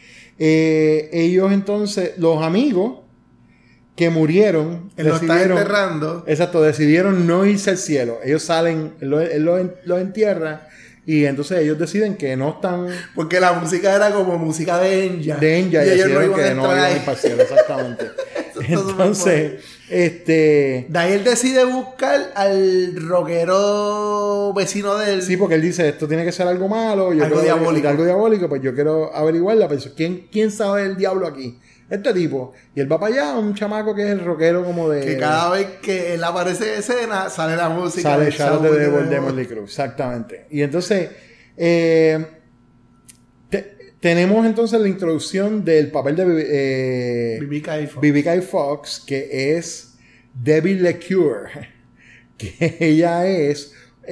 Eh, ellos entonces, los amigos que murieron, él lo está enterrando. Exacto, decidieron no irse al cielo. Ellos salen, él lo, él lo, lo entierra. Y entonces ellos deciden que no están... Porque la música era como música de Enya. De Enya. Y, y ellos no iban que no iban a ir para el cielo, exactamente. Entonces, este... De ahí él decide buscar al rockero vecino de él. Sí, porque él dice, esto tiene que ser algo malo. Yo algo quiero, diabólico. Algo diabólico, pues yo quiero averiguarla. Pero ¿quién, ¿quién sabe el diablo aquí? Este tipo. Y él va para allá, un chamaco que es el rockero como de... Que cada vez que él aparece en escena, sale la música. Sale Shadow de de Devil de Motley Crue, exactamente. Y entonces... Eh, tenemos entonces la introducción del papel de eh, Vivica Fox, que es Debbie LeCure, que ella es,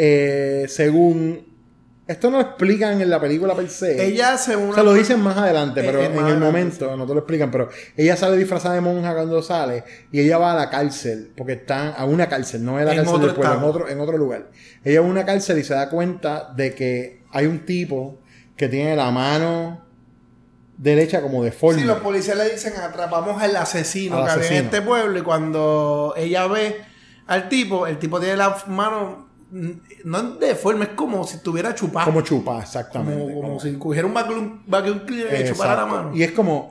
eh, según... Esto no lo explican en la película per se. Ella hace una... O sea, lo dicen más adelante, pero eh, en más el adelante, momento sí. no te lo explican, pero ella sale disfrazada de monja cuando sale y ella va a la cárcel, porque están a una cárcel, no es la En cárcel otro del pueblo, en estado. otro, en otro lugar. Ella va a una cárcel y se da cuenta de que hay un tipo que tiene la mano derecha como deforme. Sí, los policías le dicen, atrapamos al asesino Al que había asesino. en este pueblo. Y cuando ella ve al tipo, el tipo tiene las manos, no es deforme, es como si estuviera chupado. Como chupa, exactamente. Como, como Como- si cogiera un vacuum, vacuum cleaner y le chupara la Exacto. mano. Y es como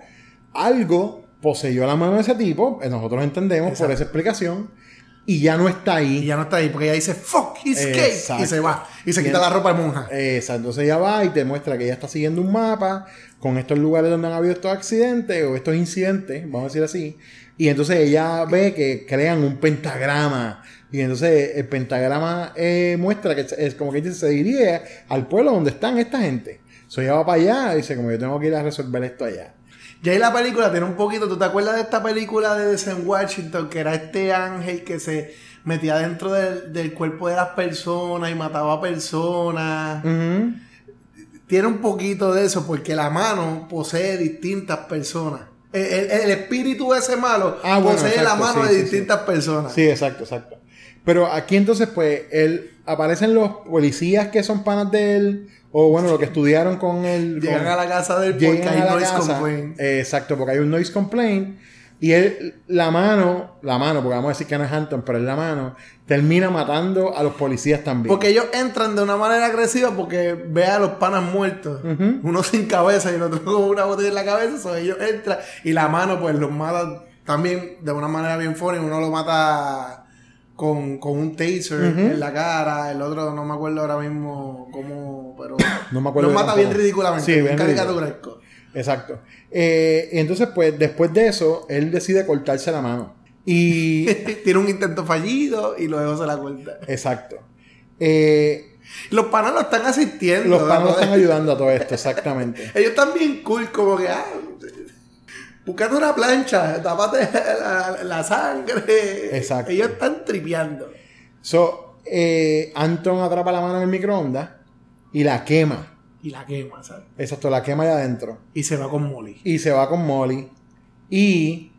algo poseyó la mano de ese tipo, eh, nosotros entendemos Exacto. por esa explicación, y ya no está ahí. Y ya no está ahí, porque ella dice, fuck, he's gay. Exacto. Y se va. Y se Y quita en- la ropa de monja. Exacto. Entonces ella va y te muestra que ella está siguiendo un mapa con estos lugares donde han habido estos accidentes o estos incidentes, vamos a decir así. Y entonces ella ve que crean un pentagrama. Y entonces el pentagrama eh, muestra que es como que dice, se dirige al pueblo donde están esta gente. Entonces ella va para allá y dice, como yo tengo que ir a resolver esto allá. Y ahí la película tiene un poquito, ¿tú te acuerdas de esta película de Denzel Washington? Que era este ángel que se metía dentro del, del cuerpo de las personas y mataba a personas. Ujú. Tiene un poquito de eso porque la mano posee distintas personas. El, el- el espíritu de ese malo Ah, bueno, posee exacto, la mano sí, de sí, distintas personas. Sí, exacto, exacto. Pero aquí entonces, pues, él aparecen los policías que son panas de él, o bueno, los que estudiaron con él. Llegan con- a la casa de él llegan porque hay a la noise casa, complaint. eh, exacto, porque hay un noise complaint. Y él, la mano, la mano, porque vamos a decir que no es Hampton, pero es la mano, termina matando a los policías también. Porque ellos entran de una manera agresiva porque ve a los panas muertos. Ujú. Uno sin cabeza y el otro con una botella en la cabeza. So ellos entran y la mano pues los mata también de una manera bien funny. Uno lo mata con, con un taser Ujú. en la cara. El otro no me acuerdo ahora mismo cómo, pero No me acuerdo los yo mata tampoco. bien ridículamente. Sí, bien bien ridículo. caricaturesco. Exacto. Eh, y entonces, pues, después de eso, él decide cortarse la mano. Y... Tiene un intento fallido y luego se la corta. Exacto. Eh, Los panas lo están asistiendo. los panas ¿no? están ayudando a todo esto, exactamente. Ellos están bien cool, como que, ah, buscando una plancha, tápate la, la sangre. Exacto. Ellos están tripeando. So, eh, Anton atrapa la mano en el microondas y la quema. Y la quema, ¿sabes? Exacto, la quema allá adentro. Y se va con Molly. Y se va con Molly. Y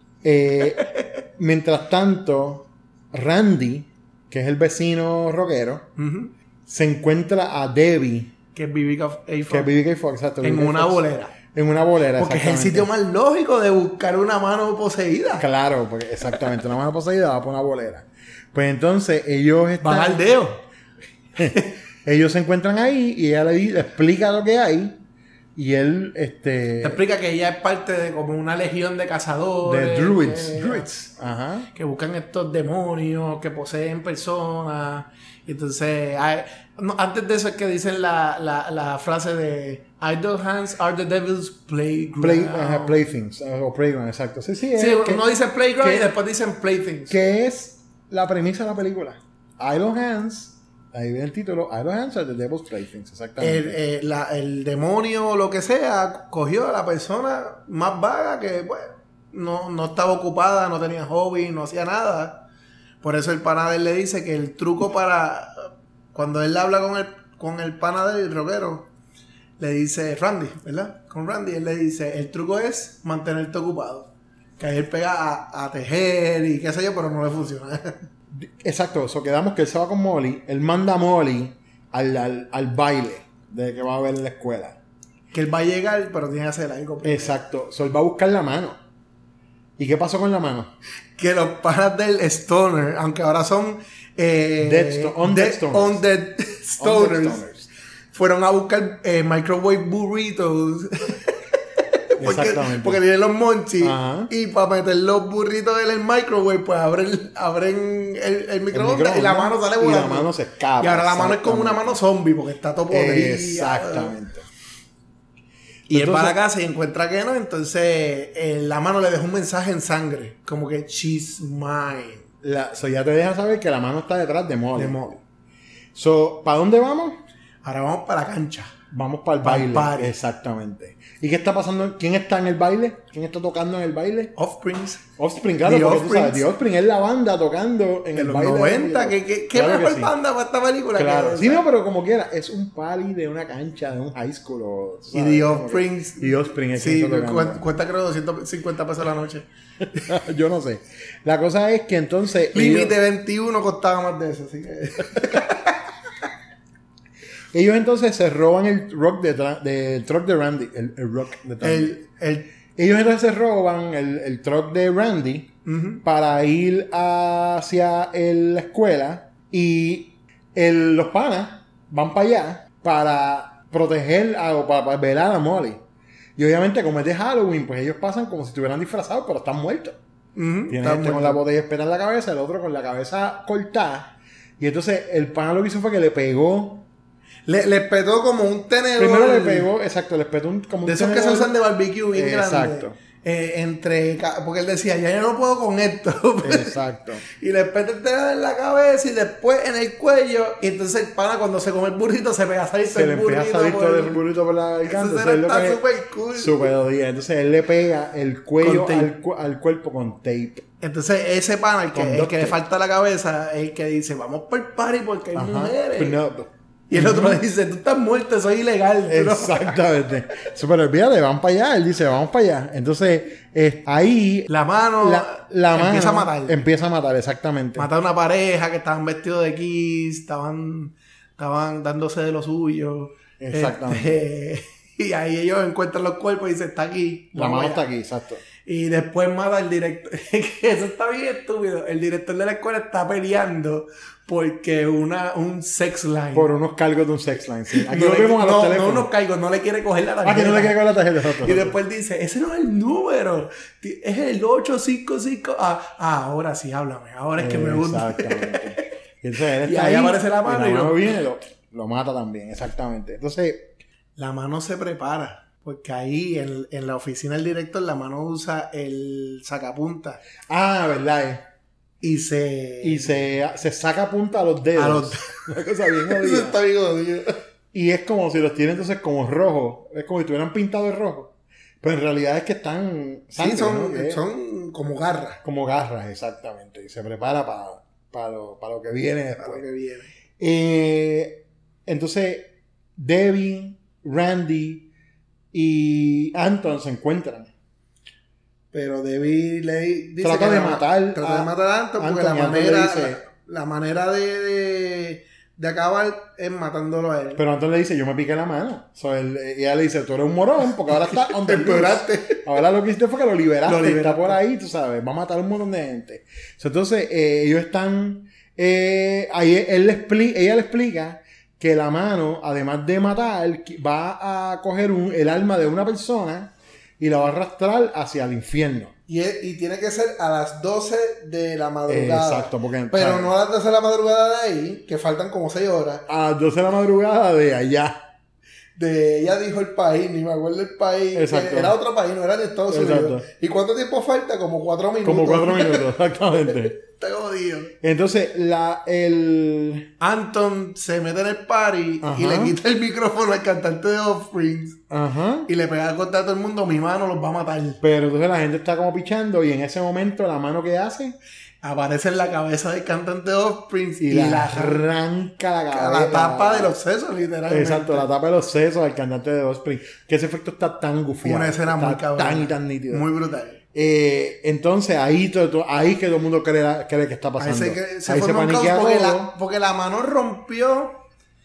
eh, mientras tanto, Randy, que es el vecino rockero, Ujú. se encuentra a Debbie, Que es Vivica A. que es Fox. Vivica Fox, exacto, En Vivica una Fox. bolera. En una bolera, Porque es el exactamente. sitio más lógico de buscar una mano poseída. Claro, porque exactamente, una mano poseída va por una bolera. Pues entonces ellos están... Van al dedo. Ellos se encuentran ahí y ella le, di- le explica lo que hay y él este Te explica que ella es parte de como una legión de cazadores. de druids, que, druids, ajá. que buscan estos demonios que poseen personas. Y entonces, hay- no, antes de eso es que dicen la, la, la frase de Idle hands are the devil's playground. Play, ajá, playthings eh, o playground, exacto. Sí, sí, Sí, es uno que, dice playground que- y después dicen playthings. que es la premisa de la película. Idle hands, ahí viene el título, Idle hands are the devil's playthings, exactamente. El, eh, la- el demonio o lo que sea cogió a la persona más vaga que pues, no, no estaba ocupada, no tenía hobby, no hacía nada. Por eso el pana de él le dice que el truco para... Cuando él habla con el, con el pana del rockero, le dice Randy, ¿verdad? Con Randy, él le dice, el truco es mantenerte ocupado. Que ahí él pega a, a tejer y qué sé yo, pero no le funciona. Exacto, eso quedamos que él se va con Molly, él manda a Molly al, al, al baile de que va a ver en la escuela. Que él va a llegar, pero tiene que hacer algo. primero. Exacto, so, él va a buscar la mano. ¿Y qué pasó con la mano? Que los panas del Stoner, aunque ahora son eh, Dead sto- undead dead- stoners. undead stoners, Undead stoners. fueron a buscar eh, microwave burritos porque, porque tienen los monchis. Ajá. Y para meter los burritos en el microwave, pues abren, abren el, el microondas y la mano sale volando. Y la mano se escapa. Y ahora la mano es como una mano zombie porque está todo podrida. Exactamente. Y entonces, él va a la casa y encuentra que no, entonces eh, la mano le deja un mensaje en sangre, como que she's mine. La, so ya te deja saber que la mano está detrás de Molly. De Molly. So, ¿para dónde vamos? Ahora vamos para la cancha. Vamos para el para baile. El party. Exactamente. ¿Y qué está pasando? ¿Quién está en el baile? ¿Quién está tocando en el baile? Offsprings. Offspring, claro, The porque Offsprings. tú sabes, The Offspring es la banda tocando en de el los baile. noventa, ¿qué, qué, qué claro mejor sí. banda para esta película? Claro, que sí, no, pero como quiera, es un party de una cancha, de un high school. O, y The Offsprings. The Offspring es sí, cuesta, cuesta creo doscientos cincuenta pesos la noche. Yo no sé. La cosa es que entonces... Límite ellos... veintiuno costaba más de eso, así que... Ellos entonces se roban el rock de, de el truck de Randy. El, el rock de Randy. El, el... Ellos entonces se roban el, el truck de Randy uh-huh. para ir hacia el, la escuela. Y el, los panas van para allá para proteger a, o para, para velar a Molly. Y obviamente, como es de Halloween, pues ellos pasan como si estuvieran disfrazados, pero están muertos. Uh-huh. Tienen este con la botella espera en la cabeza, el otro con la cabeza cortada. Y entonces el pana lo que hizo fue que le pegó. Le, le petó como un tenedor. Primero le pegó, exacto, le petó un, como un de esos tenedor. que se usan de barbecue bien eh, grande. Exacto. Eh, entre, porque él decía, ya yo no puedo con esto. Exacto. Y le peta el tenedor en la cabeza y después en el cuello. Y entonces el pana cuando se come el burrito se pega a salir todo el burrito. Se le empieza a salir todo el burrito por la garganta. Eso está súper cool. Súper odía. Entonces él le pega el cuello al, al cuerpo con tape. Entonces ese pana, el que, el que le falta la cabeza, es el que dice, vamos por el party porque hay Ajá. mujeres. No. Y el otro le dice, tú estás muerto, eso es ilegal. Exactamente. No. Pero olvídate, van para allá. Él dice, vamos para allá. Entonces, eh, ahí... La mano la, la empieza mano a matar. Empieza a matar, exactamente. Mata a una pareja que estaban vestidos de Kiss, estaban, estaban dándose de lo suyo. Exactamente. Este, y ahí ellos encuentran los cuerpos y dicen, está aquí. La mano está aquí, exacto. Y después mata al director. Eso está bien estúpido. El director de la escuela está peleando porque una, un sex line. Por unos cargos de un sex line, sí. Aquí no lo vemos a los no, teléfonos. No unos cargos, no le quiere coger la tarjeta. Ah, que no le quiere coger la tarjeta. Otro, y después dice, ese no es el número. Es el ocho cinco cinco. Ah, ah ahora sí, háblame. Ahora es que me gusta. Exactamente. Y, entonces él está y ahí, ahí aparece la mano y, y la mano lo... viene y lo, lo mata también. Exactamente. Entonces... La mano se prepara. Porque ahí en, en la oficina del director la mano usa el sacapunta. Ah, verdad. Eh. Y se... Y se, se saca punta a los dedos. A los Una cosa bien jodida. Eso está bien jodido. Y es como si los tiene entonces como rojos. Es como si estuvieran pintados de rojo. Pero en realidad es que están... Sangre, sí, son, ¿no? son como garras. Como garras, exactamente. Y se prepara para, para, lo, para lo que viene después. Para lo que viene. Eh, entonces, Debbie, Randy... y Anton se encuentran. Pero Debbie le dice trata que de la, matar trata a, de matar a Anton, Anton porque la manera, dice, la, la manera de, de, de acabar es matándolo a él. Pero Anton le dice, yo me piqué la mano. So, él, y ella le dice, tú eres un morón porque ahora está on the loose. Ahora lo que hiciste fue que lo liberaste, lo liberaste. Está por ahí, tú sabes, va a matar a un montón de gente. So, entonces eh, ellos están eh, ahí él le explica, ella le explica que la mano, además de matar, va a coger un, el alma de una persona y la va a arrastrar hacia el infierno. Y, es, y tiene que ser a las doce de la madrugada. Exacto, porque... Pero ¿sabes? no a las doce de la madrugada de ahí, que faltan como seis horas. A las doce de la madrugada de allá. De ella dijo el país, ni me acuerdo el país. Exacto. Era otro país, no era de Estados Exacto. Unidos. ¿Y cuánto tiempo falta? Como cuatro minutos. Como cuatro minutos, exactamente. Está jodido. Entonces, la, el... Anton se mete en el party Ajá. y le quita el micrófono al cantante de Offsprings. Ajá. Y le pega a contar a todo el mundo, mi mano los va a matar. Pero entonces la gente está como pichando y en ese momento la mano que hace... aparece en la cabeza del cantante de Offsprings y, y la, la arranca la cabeza. La tapa de los sesos, literalmente. Exacto, la tapa de los sesos del cantante de Offsprings. Que ese efecto está tan gufiado. Una escena muy cabrón. Tan y tan nítido. Muy brutal. Eh, entonces ahí todo, todo, ahí que todo el mundo cree, cree que está pasando. Ahí se, se, ahí se paniquea porque todo. La, porque la mano rompió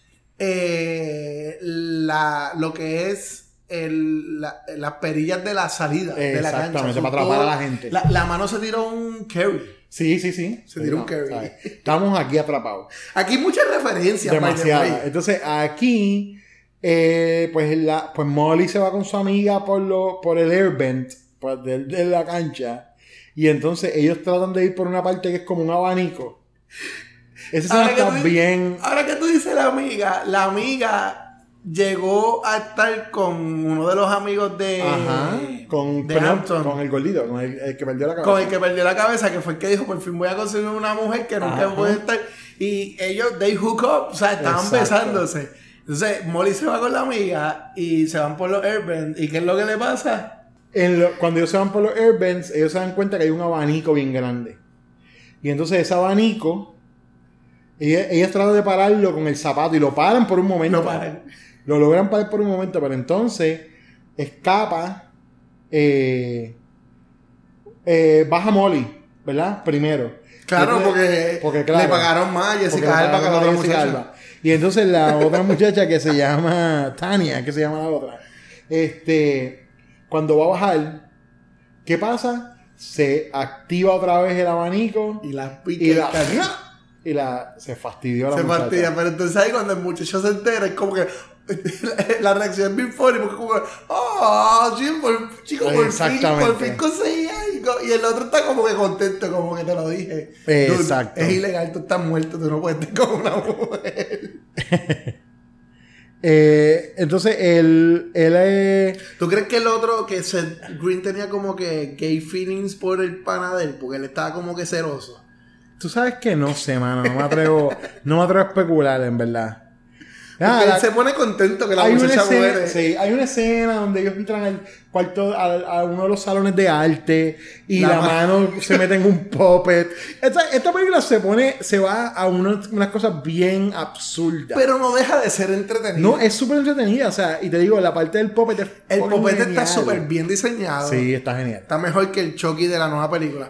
eh, la, lo que es el, la, las perillas de la salida de la cancha. Exactamente, para atrapar a la gente. La, la mano se tiró un carry. Sí, sí, sí. Se tiró no, un carry. ¿sabes? Estamos aquí atrapados. Aquí hay muchas referencias. Demasiadas. Entonces aquí eh, pues, la, pues Molly se va con su amiga por, lo, por el airbend, por de, de la cancha. Y entonces ellos tratan de ir por una parte que es como un abanico. Ese Ahora está que tú- bien. Ahora que tú dices la amiga, la amiga llegó a estar con uno de los amigos de, Ajá. Con, de con, Hampton. con el gordito, con el, el que perdió la cabeza. Con el que perdió la cabeza, que fue el que dijo, por fin voy a conseguir una mujer que nunca Ajá. puede estar. Y ellos, they hook up, o sea, estaban Exacto. besándose. Entonces, Molly se va con la amiga y se van por los airbends. ¿Y qué es lo que le pasa? En lo- cuando ellos se van por los airbends, ellos se dan cuenta que hay un abanico bien grande. Y entonces ese abanico, ellas, ellas tratan de pararlo con el zapato y lo paran por un momento. Lo paran. Lo logran parar por un momento, pero entonces escapa, eh, eh, baja Molly, ¿verdad? Primero. Claro, Y porque, porque, claro, le pagaron más a porque Jessica le Alba que a la pagaron otra a Jessica muchacha. Alba. Y entonces la otra muchacha que se llama Tania, que se llama la otra, este, cuando va a bajar, ¿qué pasa? Se activa otra vez el abanico Y la y la, pica. y la se fastidió la Se muchacha. fastidia, pero entonces ahí cuando el muchacho se entera es como que la, la reacción es bien funny porque como oh sí, por, chico, por fin, Exactamente. por fin conseguí algo y el otro está como que contento, como que te lo dije. Exacto. Dude, es ilegal, tú estás muerto, tú no puedes estar con una mujer. Eh, entonces él, él es... ¿Tú crees que el otro, que Seth Green tenía como que gay feelings por el panadero? Porque él estaba como que celoso. Tú sabes que no sé, mano, no me atrevo, no me atrevo a especular, en verdad. Porque Ah, él la- se pone contento que la hay una muchacha escena, muere. sí, hay una escena donde ellos entran al cuarto, a, a uno de los salones de arte y La la, ma- mano se mete en un puppet. Esta, esta película se pone, se va a unos- unas cosas bien absurdas. Pero no deja de ser entretenido. no, es súper entretenida, o sea, y te digo, la parte del puppet es El fucking popete genial. está súper bien diseñado. Sí, está genial. Está mejor que el Chucky de la nueva película.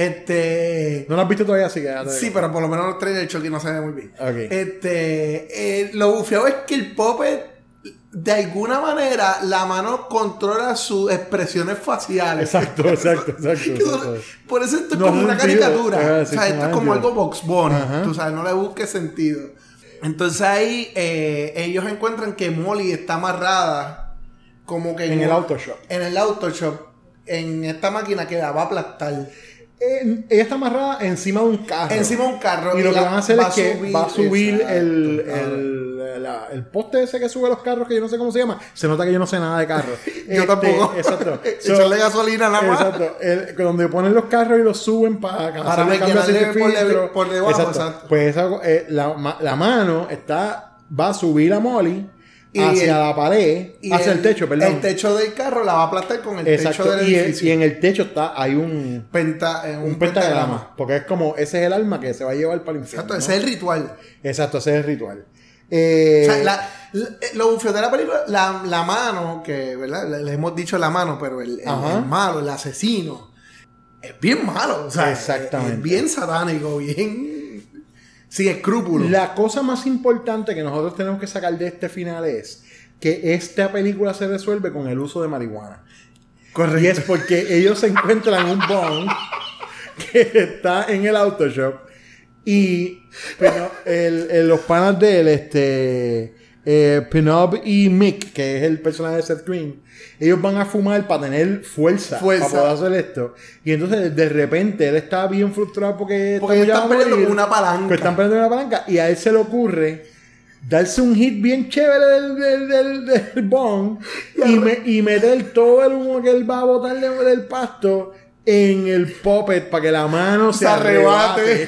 Este. No lo has visto todavía, así que ya te Sí, digo. pero por lo menos los trailers del Chucky no se ve muy bien. Ok. Este. eh, lo bufiado es que el Puppet, de alguna manera, la mano controla sus expresiones faciales. Exacto, exacto, exacto. exacto. Por eso esto es No como hace una sentido. caricatura. Ah, o sí, sea, sí, esto no es como hace algo sentido. Box Bunny. Ajá. Tú sabes, no le busques sentido. Entonces ahí eh, ellos encuentran que Molly está amarrada como que En el un- auto shop. En el auto shop. En esta máquina que la va a aplastar. Eh, ella está amarrada encima de un carro. Encima de un carro. Y lo que la- van a hacer va es que subir- va a subir Exacto, el, claro. el, la- el poste ese que sube los carros, que yo no sé cómo se llama. Se nota que yo no sé nada de carros. Yo tampoco. Exacto. Echarle gasolina nada más. Exacto. El- donde ponen los carros y los suben para Para hacerle cambio llenarle de aceite por de- filtro. por debajo, exacto. Pues esa, eh, la, ma- la mano está va a subir a Molly Y hacia el- la pared, y hacia el, techo, perdón. El techo del carro la va a aplastar con el Exacto. techo del Y, el- edificio. y en el techo está hay un Penta, eh, un, un pentagrama. Porque es como, ese es el alma que se va a llevar para el infierno. Exacto, ¿no? ese es el ritual. Exacto, ese es el ritual. Eh, O sea, la, la- lo bufio de la película, la, la mano, que, ¿verdad? Le, le hemos dicho la mano, pero el, el- Ajá. el malo, el asesino, es bien malo. O sea, Exactamente. Es bien satánico, bien sin escrúpulos. La cosa más importante que nosotros tenemos que sacar de este final es que esta película se resuelve con el uso de marihuana. Correcto. Y es porque ellos se encuentran un bong que está en el auto shop y pero, el- el- los panas de él, este, eh, Pinob y Mick, que es el personaje de Seth Green, ellos van a fumar para tener fuerza, Fuerza. para poder hacer esto. Y entonces de repente él está bien frustrado porque, Porque estamos ya están a morir, peleando con una palanca. que están peleando con una palanca y a él se le ocurre darse un hit bien chévere del, del, del, del bong y, me, y meter todo el humo que él va a botar de- del pasto en el puppet para que la mano se, Se arrebate. arrebate.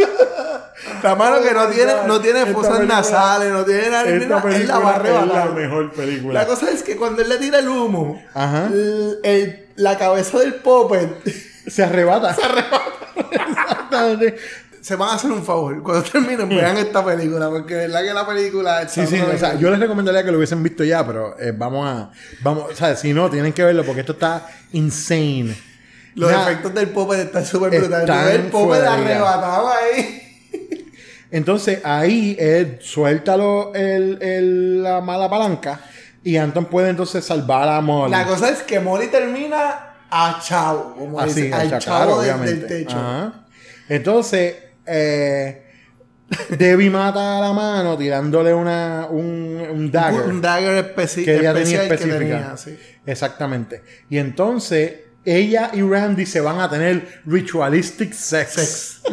La mano que no Oh, tiene, God. no tiene Esta fosas película- nasales, no tiene nada, Esta él la va a película es la arrebatar. mejor película. La cosa es que cuando él le tira el humo, Ajá. el- el- la cabeza del puppet Se arrebata. se arrebata. Exactamente. Se van a hacer un favor. Cuando terminen, vean esta película. Porque de verdad que la película... Sí, sí, o sea, yo les recomendaría que lo hubiesen visto ya, pero eh, vamos a, vamos, o sea, si no, tienen que verlo porque esto está insane. Los Nada, efectos del puppet están súper brutales. Tú están ves el puppet fuera de liga. arrebatado ahí. Entonces ahí él suelta lo- el, el- la mala palanca y Anton puede entonces salvar a Molly. La cosa es que Molly termina a chavo. Como Así, dice, al al chavo claro, del- obviamente. del techo. Ajá. Entonces, eh, Debbie mata a la mano tirándole una, un, un dagger. Un dagger especi- que ella tenía especial que específica. tenía, sí. Exactamente. Y entonces ella y Randy se van a tener ritualistic sex. sex.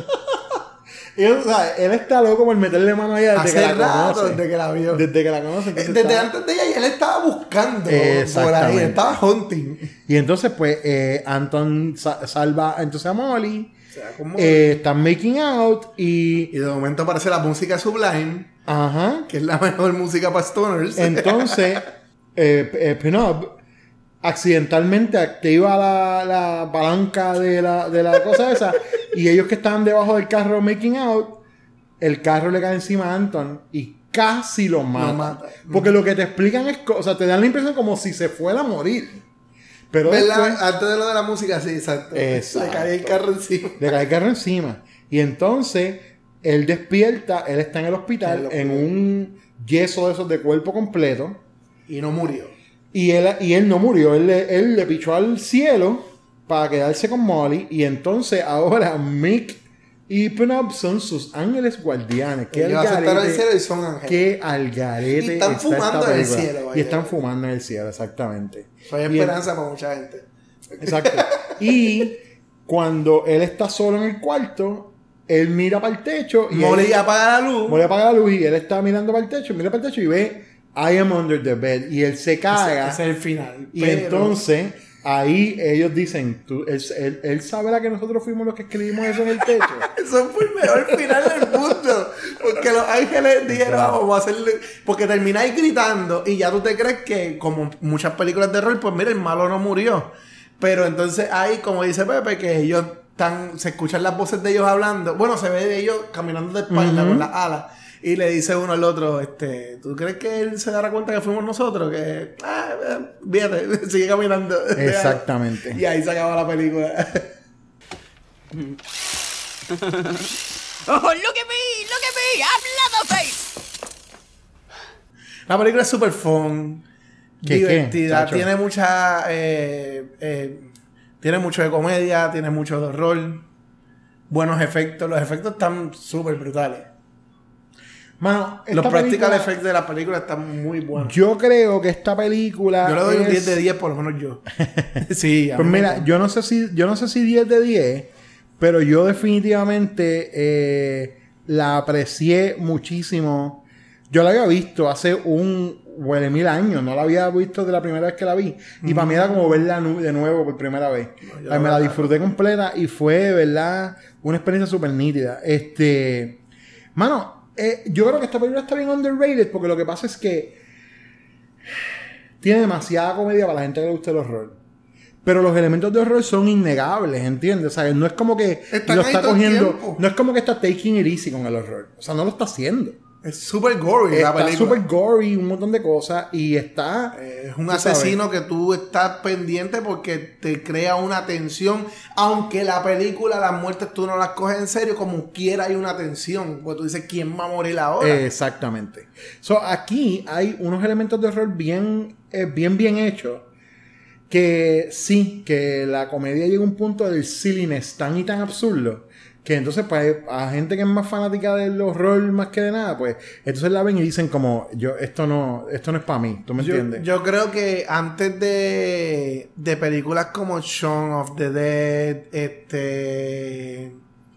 y, o sea, él está loco por meterle mano a ella desde Hace que la rato, conoce. desde que la vio. Desde que la conoce. Desde está... antes de ella y él estaba buscando por ahí. Estaba hunting. Y entonces pues eh, Anton sa- salva entonces a Molly. Eh, están making out y... y de momento aparece la música Sublime. Ajá. Que es la mejor música para stoners. Entonces, eh, eh, Pinub accidentalmente activa la, la palanca de la, de la cosa esa. Y ellos que estaban debajo del carro making out, el carro le cae encima a Anton y casi lo mata. Lo mata. Porque mm. lo que te explican es... O sea, te dan la impresión como si se fuera a morir. Pero después, antes de lo de la música, sí, exacto. exacto. Le cae el carro encima. Le cae el carro encima. Y entonces, él despierta, él está en el hospital, en un yeso de esos de cuerpo completo. Y no murió. Y él, y él no murió. Él, él le pichó al cielo para quedarse con Molly. Y entonces, ahora Mick y Pinub son sus ángeles guardianes. Que ellos aceptaron el cielo y son ángeles. Que algarete. Y están fumando en el cielo. Vaya. Y están fumando en el cielo, exactamente. Hay esperanza para mucha gente. Exacto. Y cuando él está solo en el cuarto, él mira para el techo. Y Molly él, apaga la luz. Molly apaga la luz y él está mirando para el techo. Mira para el techo y ve I am under the bed. Y él se caga. Ese, ese es el final. Y pero... entonces... Ahí ellos dicen, tú, él, él, él sabrá que nosotros fuimos los que escribimos eso en el techo. Eso fue el mejor final del mundo. Porque los ángeles dijeron, vamos a hacerle... Porque termináis gritando y ya tú te crees que, como muchas películas de terror, pues mira, el malo no murió. Pero entonces ahí, como dice Pepe, que ellos están... Se escuchan las voces de ellos hablando. Bueno, se ve de ellos caminando de espalda uh-huh. con las alas. Y le dice uno al otro, este, ¿tú crees que él se dará cuenta que fuimos nosotros? Que, ah, fíjate, sigue caminando. Exactamente. Y ahí se acaba la película. Oh, look at me, look at me, I'm Leatherface. La película es super fun, ¿Qué, divertida, qué, tiene mucha, eh, eh, tiene mucho de comedia, tiene mucho de horror, buenos efectos, los efectos están súper brutales. Mano, los practical película, effects de la película están muy buenos. Yo creo que esta película yo le doy es... un diez de diez, por lo menos yo. Sí. Pues mira, yo no sé si yo no sé si diez de diez, pero yo definitivamente eh, la aprecié muchísimo. Yo la había visto hace un huele mil años, no la había visto de la primera vez que la vi. Y mm. para mí era como verla de nuevo por primera vez. No, me la disfruté completa y fue, de verdad, una experiencia súper nítida. Este, mano, Eh, yo creo que esta película está bien underrated porque lo que pasa es que tiene demasiada comedia para la gente que le gusta el horror. Pero los elementos de horror son innegables, ¿entiendes? O sea, no es como que Están lo está cogiendo... Tiempo. No es como que está taking it easy con el horror. O sea, no lo está haciendo. Es súper gory la película. Está súper gory, un montón de cosas. Y está... Es un asesino sabes. que tú estás pendiente porque te crea una tensión. Aunque la película, las muertes tú no las coges en serio, como quiera hay una tensión. Porque tú dices, ¿quién va a morir ahora? Exactamente. So, aquí hay unos elementos de horror bien, eh, bien, bien hechos. Que sí, que la comedia llega a un punto del silliness tan y tan absurdo. Que entonces, pues, a gente que es más fanática del horror más que de nada, pues, entonces la ven y dicen como, yo, esto no, esto no es para mí, ¿tú me yo, entiendes? Yo creo que antes de, de películas como Shaun of the Dead, este,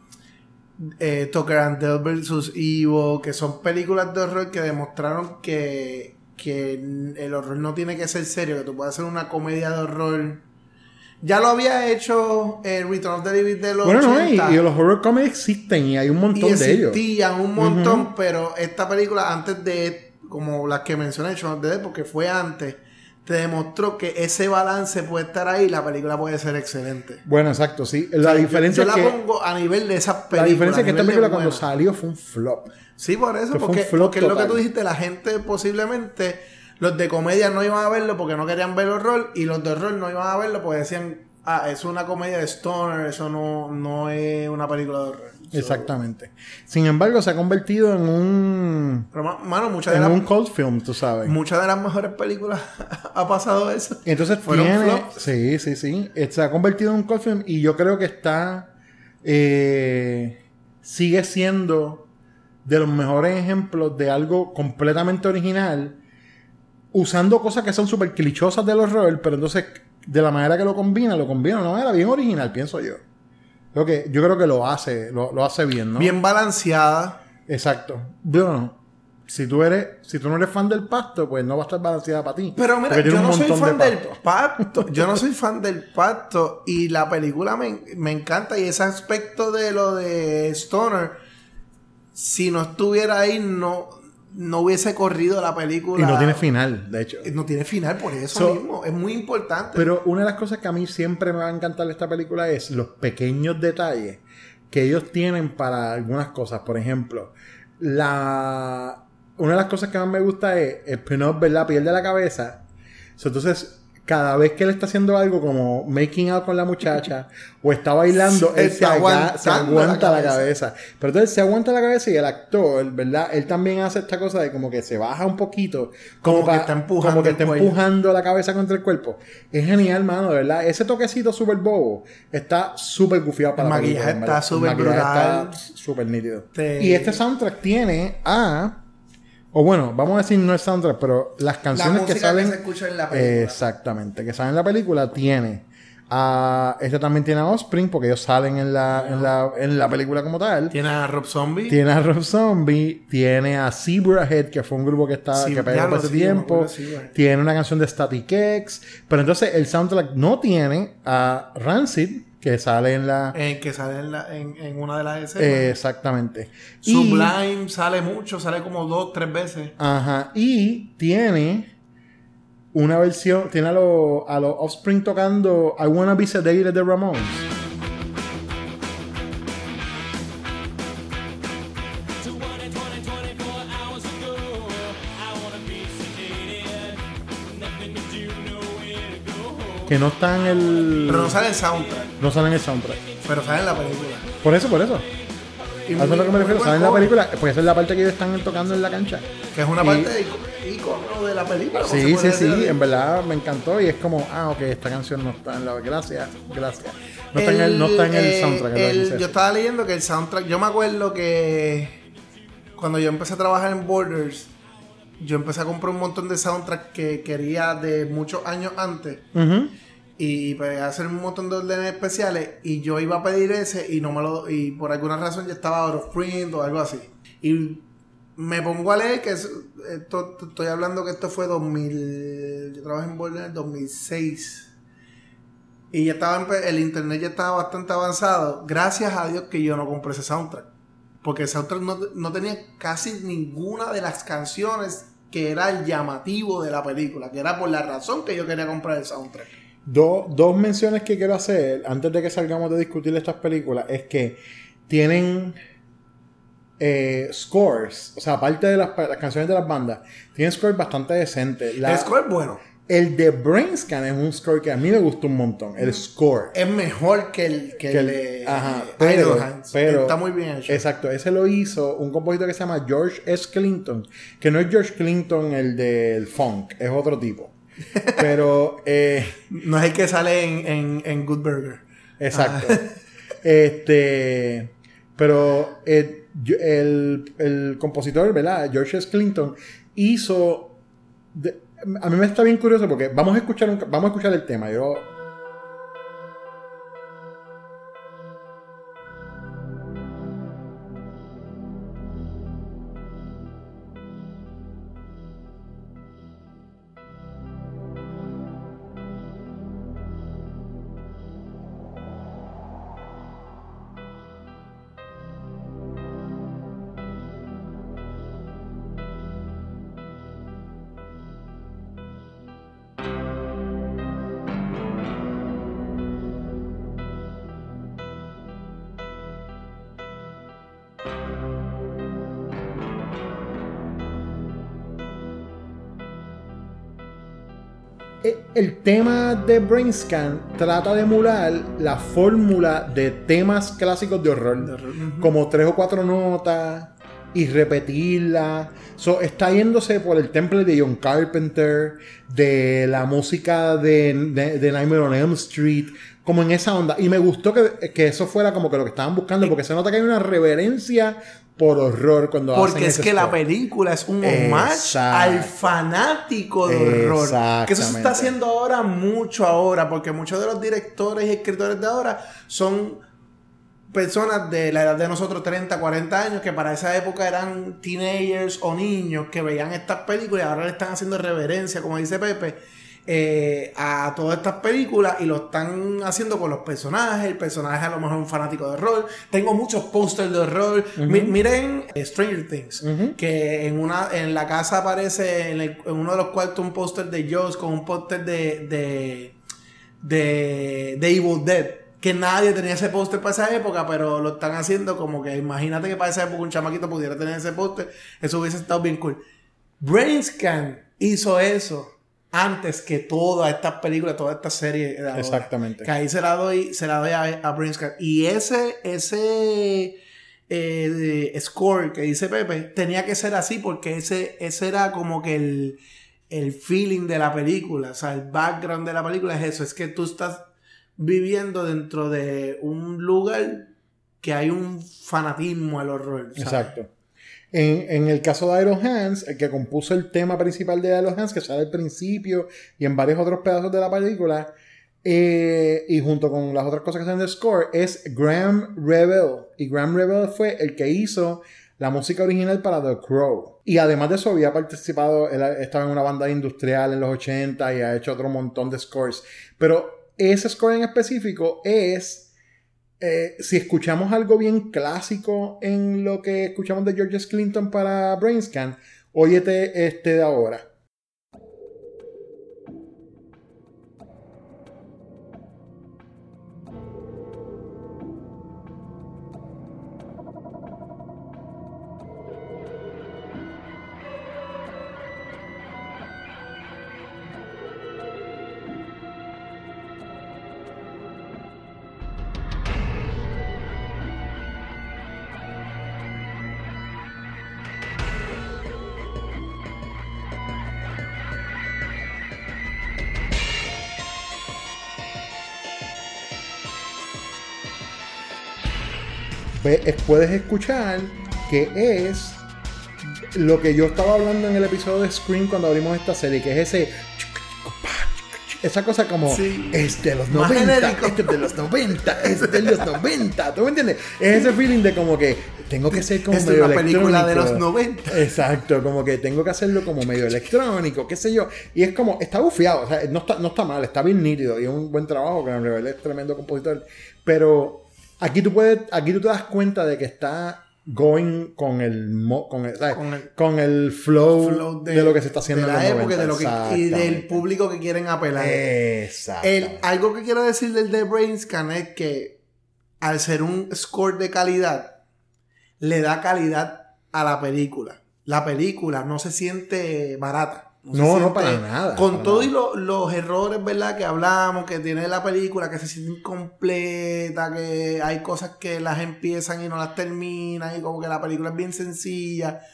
eh, Tucker and Dale versus Evil, que son películas de horror que demostraron que, que el horror no tiene que ser serio, que tú puedes hacer una comedia de horror. Ya lo había hecho el eh, Return of the Living de los bueno, ochenta. No, y, y los horror comedy existen y hay un montón y de ellos. Existían un montón, uh-huh. pero esta película antes de, como las que mencioné, Shaun of the Dead, porque fue antes, te demostró que ese balance puede estar ahí y la película puede ser excelente. Bueno, exacto, sí. La o sea, diferencia yo, yo es la que... pongo a nivel de esas películas. La diferencia es que esta película cuando buena. salió fue un flop. Sí, por eso, porque, porque es lo que tú dijiste, la gente posiblemente, los de comedia no iban a verlo porque no querían ver horror y los de horror no iban a verlo porque decían... Ah, es una comedia de stoner, eso no, no es una película de horror. Exactamente. So, sin embargo, se ha convertido en un... Pero, mano, muchas en de las... un cult film, tú sabes. Muchas de las mejores películas ha pasado eso. Entonces tiene... Flops. Sí, sí, sí. Se ha convertido en un cult film y yo creo que está... Eh, sigue siendo de los mejores ejemplos de algo completamente original, usando cosas que son súper clichosas del horror, pero entonces de la manera que lo combina, lo combina de una manera bien original, pienso yo. Creo que, yo creo que lo hace, lo, lo hace bien, ¿no? Bien balanceada. Exacto. Bueno, si tú eres, si tú no eres fan del Pacto, pues no va a estar balanceada para ti. Pero mira, yo no soy fan de del Pacto. Yo no soy fan del Pacto. Y la película me, me encanta. Y ese aspecto de lo de Stoner, si no estuviera ahí, no, no hubiese corrido la película. Y no tiene final, de hecho. No tiene final por eso So, mismo. Es muy importante. Pero una de las cosas que a mí siempre me va a encantar de esta película es los pequeños detalles que ellos tienen para algunas cosas. Por ejemplo, la... una de las cosas que más me gusta es el pin-up, ¿verdad? Piel de la cabeza. So, entonces, cada vez que él está haciendo algo como making out con la muchacha o está bailando, él se, aga- se aguanta la cabeza. la cabeza. Pero entonces se aguanta la cabeza y el actor, ¿verdad? Él también hace esta cosa de como que se baja un poquito. Como, Como pa- que está empujando como que el está cuello. empujando la cabeza contra el cuerpo. Es genial, mano, de verdad. Ese toquecito súper bobo está súper gufiado para El la maquillaje película, está ¿verdad? súper El maquillaje brutal. está súper nítido. Te- Y este soundtrack tiene a... O bueno, vamos a decir no es soundtrack, pero las canciones música que salen... que se escucha en la película. Exactamente, que salen en la película tiene a... Este también tiene a Offspring, porque ellos salen en la, en la, en la película como tal. Tiene a Rob Zombie. Tiene a Rob Zombie, tiene a Zebrahead, que fue un grupo que estaba Sí, que pegó ya por lo ese sí, me tiempo. acuerdo, sí, güey. Tiene una canción de Static X, pero entonces el soundtrack no tiene a Rancid, que sale en la... En que sale en, la, en, en una de las escenas. Eh, exactamente. Y- Sublime sale mucho, sale como dos, tres veces. Ajá. Y tiene una versión, tiene a los a los Offspring tocando I Wanna Be Sedated de Ramones. Que no está en el... Pero no sale el soundtrack. No sale en el soundtrack. Pero sale en la película. Por eso, por eso. Y A eso es muy- lo que me muy refiero. buen Sale en la cover. película, porque esa es la parte que ellos están tocando en la cancha. Que es una Y- parte de ic- icono de la película. Sí, ¿no se sí, puede sí, decir así? en verdad me encantó y es como, ah, ok, esta canción no está en la... Gracias, gracias. No está en el, no está en el eh, soundtrack. es lo que el- quise yo estaba leyendo que el soundtrack, yo me acuerdo que cuando yo empecé a trabajar en Borders, yo empecé a comprar un montón de soundtrack que quería de muchos años antes. Ujú. Y pues hacer un montón de órdenes especiales. Y yo iba a pedir ese y no me lo. Y por alguna razón ya estaba out of print o algo así. Y me pongo a leer que es, esto, estoy hablando que esto fue dos mil. Yo trabajé en Borders en el dos mil seis. Y ya estaba empe- el internet ya estaba bastante avanzado. Gracias a Dios que yo no compré ese soundtrack. Porque el soundtrack no, no tenía casi ninguna de las canciones que era el llamativo de la película. Que era por la razón que yo quería comprar el soundtrack. Do- dos menciones que quiero hacer antes de que salgamos de discutir estas películas es que tienen eh, scores, o sea, aparte de las, las canciones de las bandas, tienen scores bastante decentes. La- El score es bueno. El de Brainscan es un score que a mí me gustó un montón. El score. Es mejor que el, que Que el el- de ajá, eh, pero, Idle Hands. pero- Está muy bien hecho. Exacto, ese lo hizo un compositor que se llama George S. Clinton, que no es George Clinton el del funk, es otro tipo. Pero eh, No es el que sale en, en, en Good Burger. exacto. Ah. Este, pero eh, yo- el, el compositor, ¿verdad? George S. Clinton hizo. de- a mí me está bien curioso porque vamos a escuchar un- vamos a escuchar el tema. Yo el tema de Brainscan trata de emular la fórmula de temas clásicos de horror, como tres o cuatro notas y repetirla. So, está yéndose por el template de John Carpenter, de la música de, de, de Nightmare on Elm Street, como en esa onda. Y me gustó que, que eso fuera como que lo que estaban buscando, porque se nota que hay una reverencia por horror cuando Porque hacen es ese que score. la película es un homage Exacto. al fanático de horror. Que eso se está Exactamente. haciendo ahora mucho ahora, porque muchos de los directores y escritores de ahora son personas de la edad de nosotros, treinta, cuarenta años, que para esa época eran teenagers o niños que veían estas películas y ahora le están haciendo reverencia, como dice Pepe, eh, a todas estas películas y lo están haciendo con los personajes. El personaje a lo mejor es un fanático de horror. Tengo muchos pósters de horror. Uh-huh. Mi- miren eh, Stranger Things, Uh-huh. que en una en la casa aparece en, el- en uno de los cuartos un póster de Jaws con un póster de de, de de Evil Dead, que nadie tenía ese póster para esa época, pero lo están haciendo como que imagínate que para esa época un chamaquito pudiera tener ese póster. Eso hubiese estado bien cool. Brainscan hizo eso antes que todas estas películas, todas estas series de ahora. Exactamente. Que ahí se la doy, se la doy a, a Brainscan. Y ese, ese eh, score que dice Pepe tenía que ser así porque ese, ese era como que el, el feeling de la película. O sea, el background de la película es eso. Es que tú estás viviendo dentro de un lugar que hay un fanatismo al horror, ¿sabes? Exacto. En, en el caso de Idle Hands, el que compuso el tema principal de Idle Hands, que sale al principio y en varios otros pedazos de la película, eh, y junto con las otras cosas que salen del score, es Graham Revell. Y Graham Revell fue el que hizo la música original para The Crow. Y además de eso había participado, él estaba en una banda industrial en los ochenta y ha hecho otro montón de scores. Pero ese score en específico es... Eh, si escuchamos algo bien clásico en lo que escuchamos de George S. Clinton para Brainscan, óyete este de ahora. Ve, puedes escuchar que es lo que yo estaba hablando en el episodio de Scream cuando abrimos esta serie, que es ese esa cosa como Sí. es de los Más noventa, genérico. este es de los noventa, es de los noventa, ¿tú me entiendes? Es ese feeling de como que tengo que ser como Es medio una película de electrónico. los noventa. Exacto, como que tengo que hacerlo como medio electrónico, qué sé yo. Y es como, está bufiado, o sea, no está, no está mal, está bien nítido y es un buen trabajo, que en realidad es tremendo compositor. Pero aquí tú puedes, aquí tú te das cuenta de que está going con el mo, con el, ¿sabes? Con el- con el flow, Flow de, lo que se está haciendo de la en los época y de lo que, y noventa. del público que quieren apelar. Exacto. El, algo que quiero decir del de Brainscan es que al ser un score de calidad le da calidad a la película. La película no se siente barata. se No, no, siente- para nada, Con para todos nada. lo- los errores, ¿verdad? Que hablamos, que tiene la película, que se siente incompleta, que hay cosas que las empiezan y no las terminan, y como que la película es bien sencilla.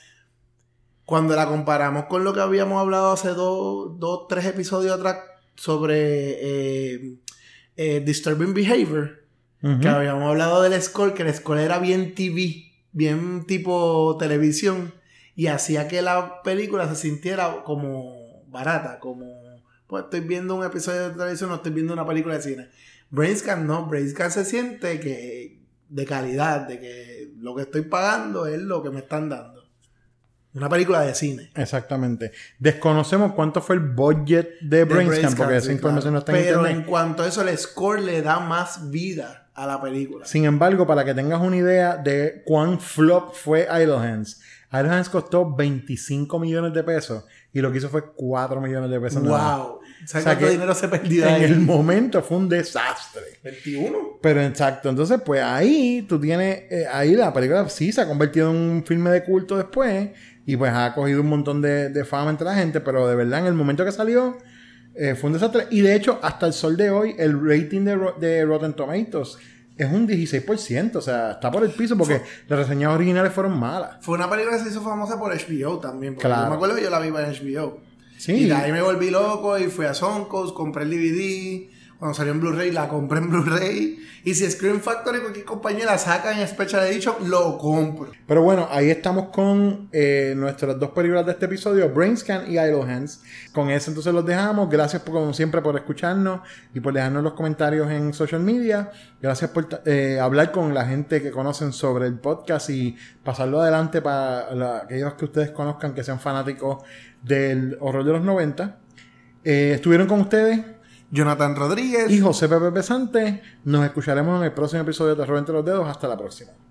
Cuando la comparamos con lo que habíamos hablado hace dos, dos tres episodios atrás sobre eh, eh, Disturbing Behavior, Ujú. que habíamos hablado del score, que el score era bien T V, bien tipo televisión, y hacía que la película se sintiera como barata, como pues estoy viendo un episodio de televisión, no estoy viendo una película de cine. Brainscan no, Brainscan se siente que de calidad, de que lo que estoy pagando es lo que me están dando. Una película de cine. Exactamente. Desconocemos cuánto fue el budget de Brainscan, porque esa sí, información claro. no está en Pero internet. en cuanto a eso, el score le da más vida a la película. Sin embargo, para que tengas una idea de cuán flop fue Idle Hands, Idle Hands costó veinticinco millones de pesos y lo que hizo fue cuatro millones de pesos. nada más. Wow. ¿Sabes cuánto dinero se perdió en ahí? el momento fue un desastre. veintiuno. Pero exacto, entonces pues ahí tú tienes, eh, ahí la película sí se ha convertido en un filme de culto después y pues ha cogido un montón de, de fama entre la gente, pero de verdad en el momento que salió eh, fue un desastre. Y de hecho hasta el sol de hoy el rating de, Ro- de Rotten Tomatoes es un dieciséis por ciento, o sea, está por el piso porque las reseñas originales fueron malas. Fue una película que se hizo famosa por H B O también. Porque Claro. yo me acuerdo que yo la vi en H B O. Sí. Y de ahí me volví loco y fui a Soncos, compré el D V D. Cuando salió en Blu-ray, la compré en Blu-ray. Y si Scream Factory, cualquier compañía la saca en Special Edition, lo compro. Pero bueno, ahí estamos con eh, nuestras dos películas de este episodio, Brainscan y Idle Hands. Con eso entonces los dejamos. Gracias por, como siempre por escucharnos y por dejarnos los comentarios en social media. Gracias por eh, hablar con la gente que conocen sobre el podcast y pasarlo adelante para la, aquellos que ustedes conozcan que sean fanáticos del horror de los noventa. Eh, estuvieron con ustedes Jonathan Rodríguez y José Pepe Pesante. Nos escucharemos en el próximo episodio de Terror entre los Dedos. Hasta la próxima.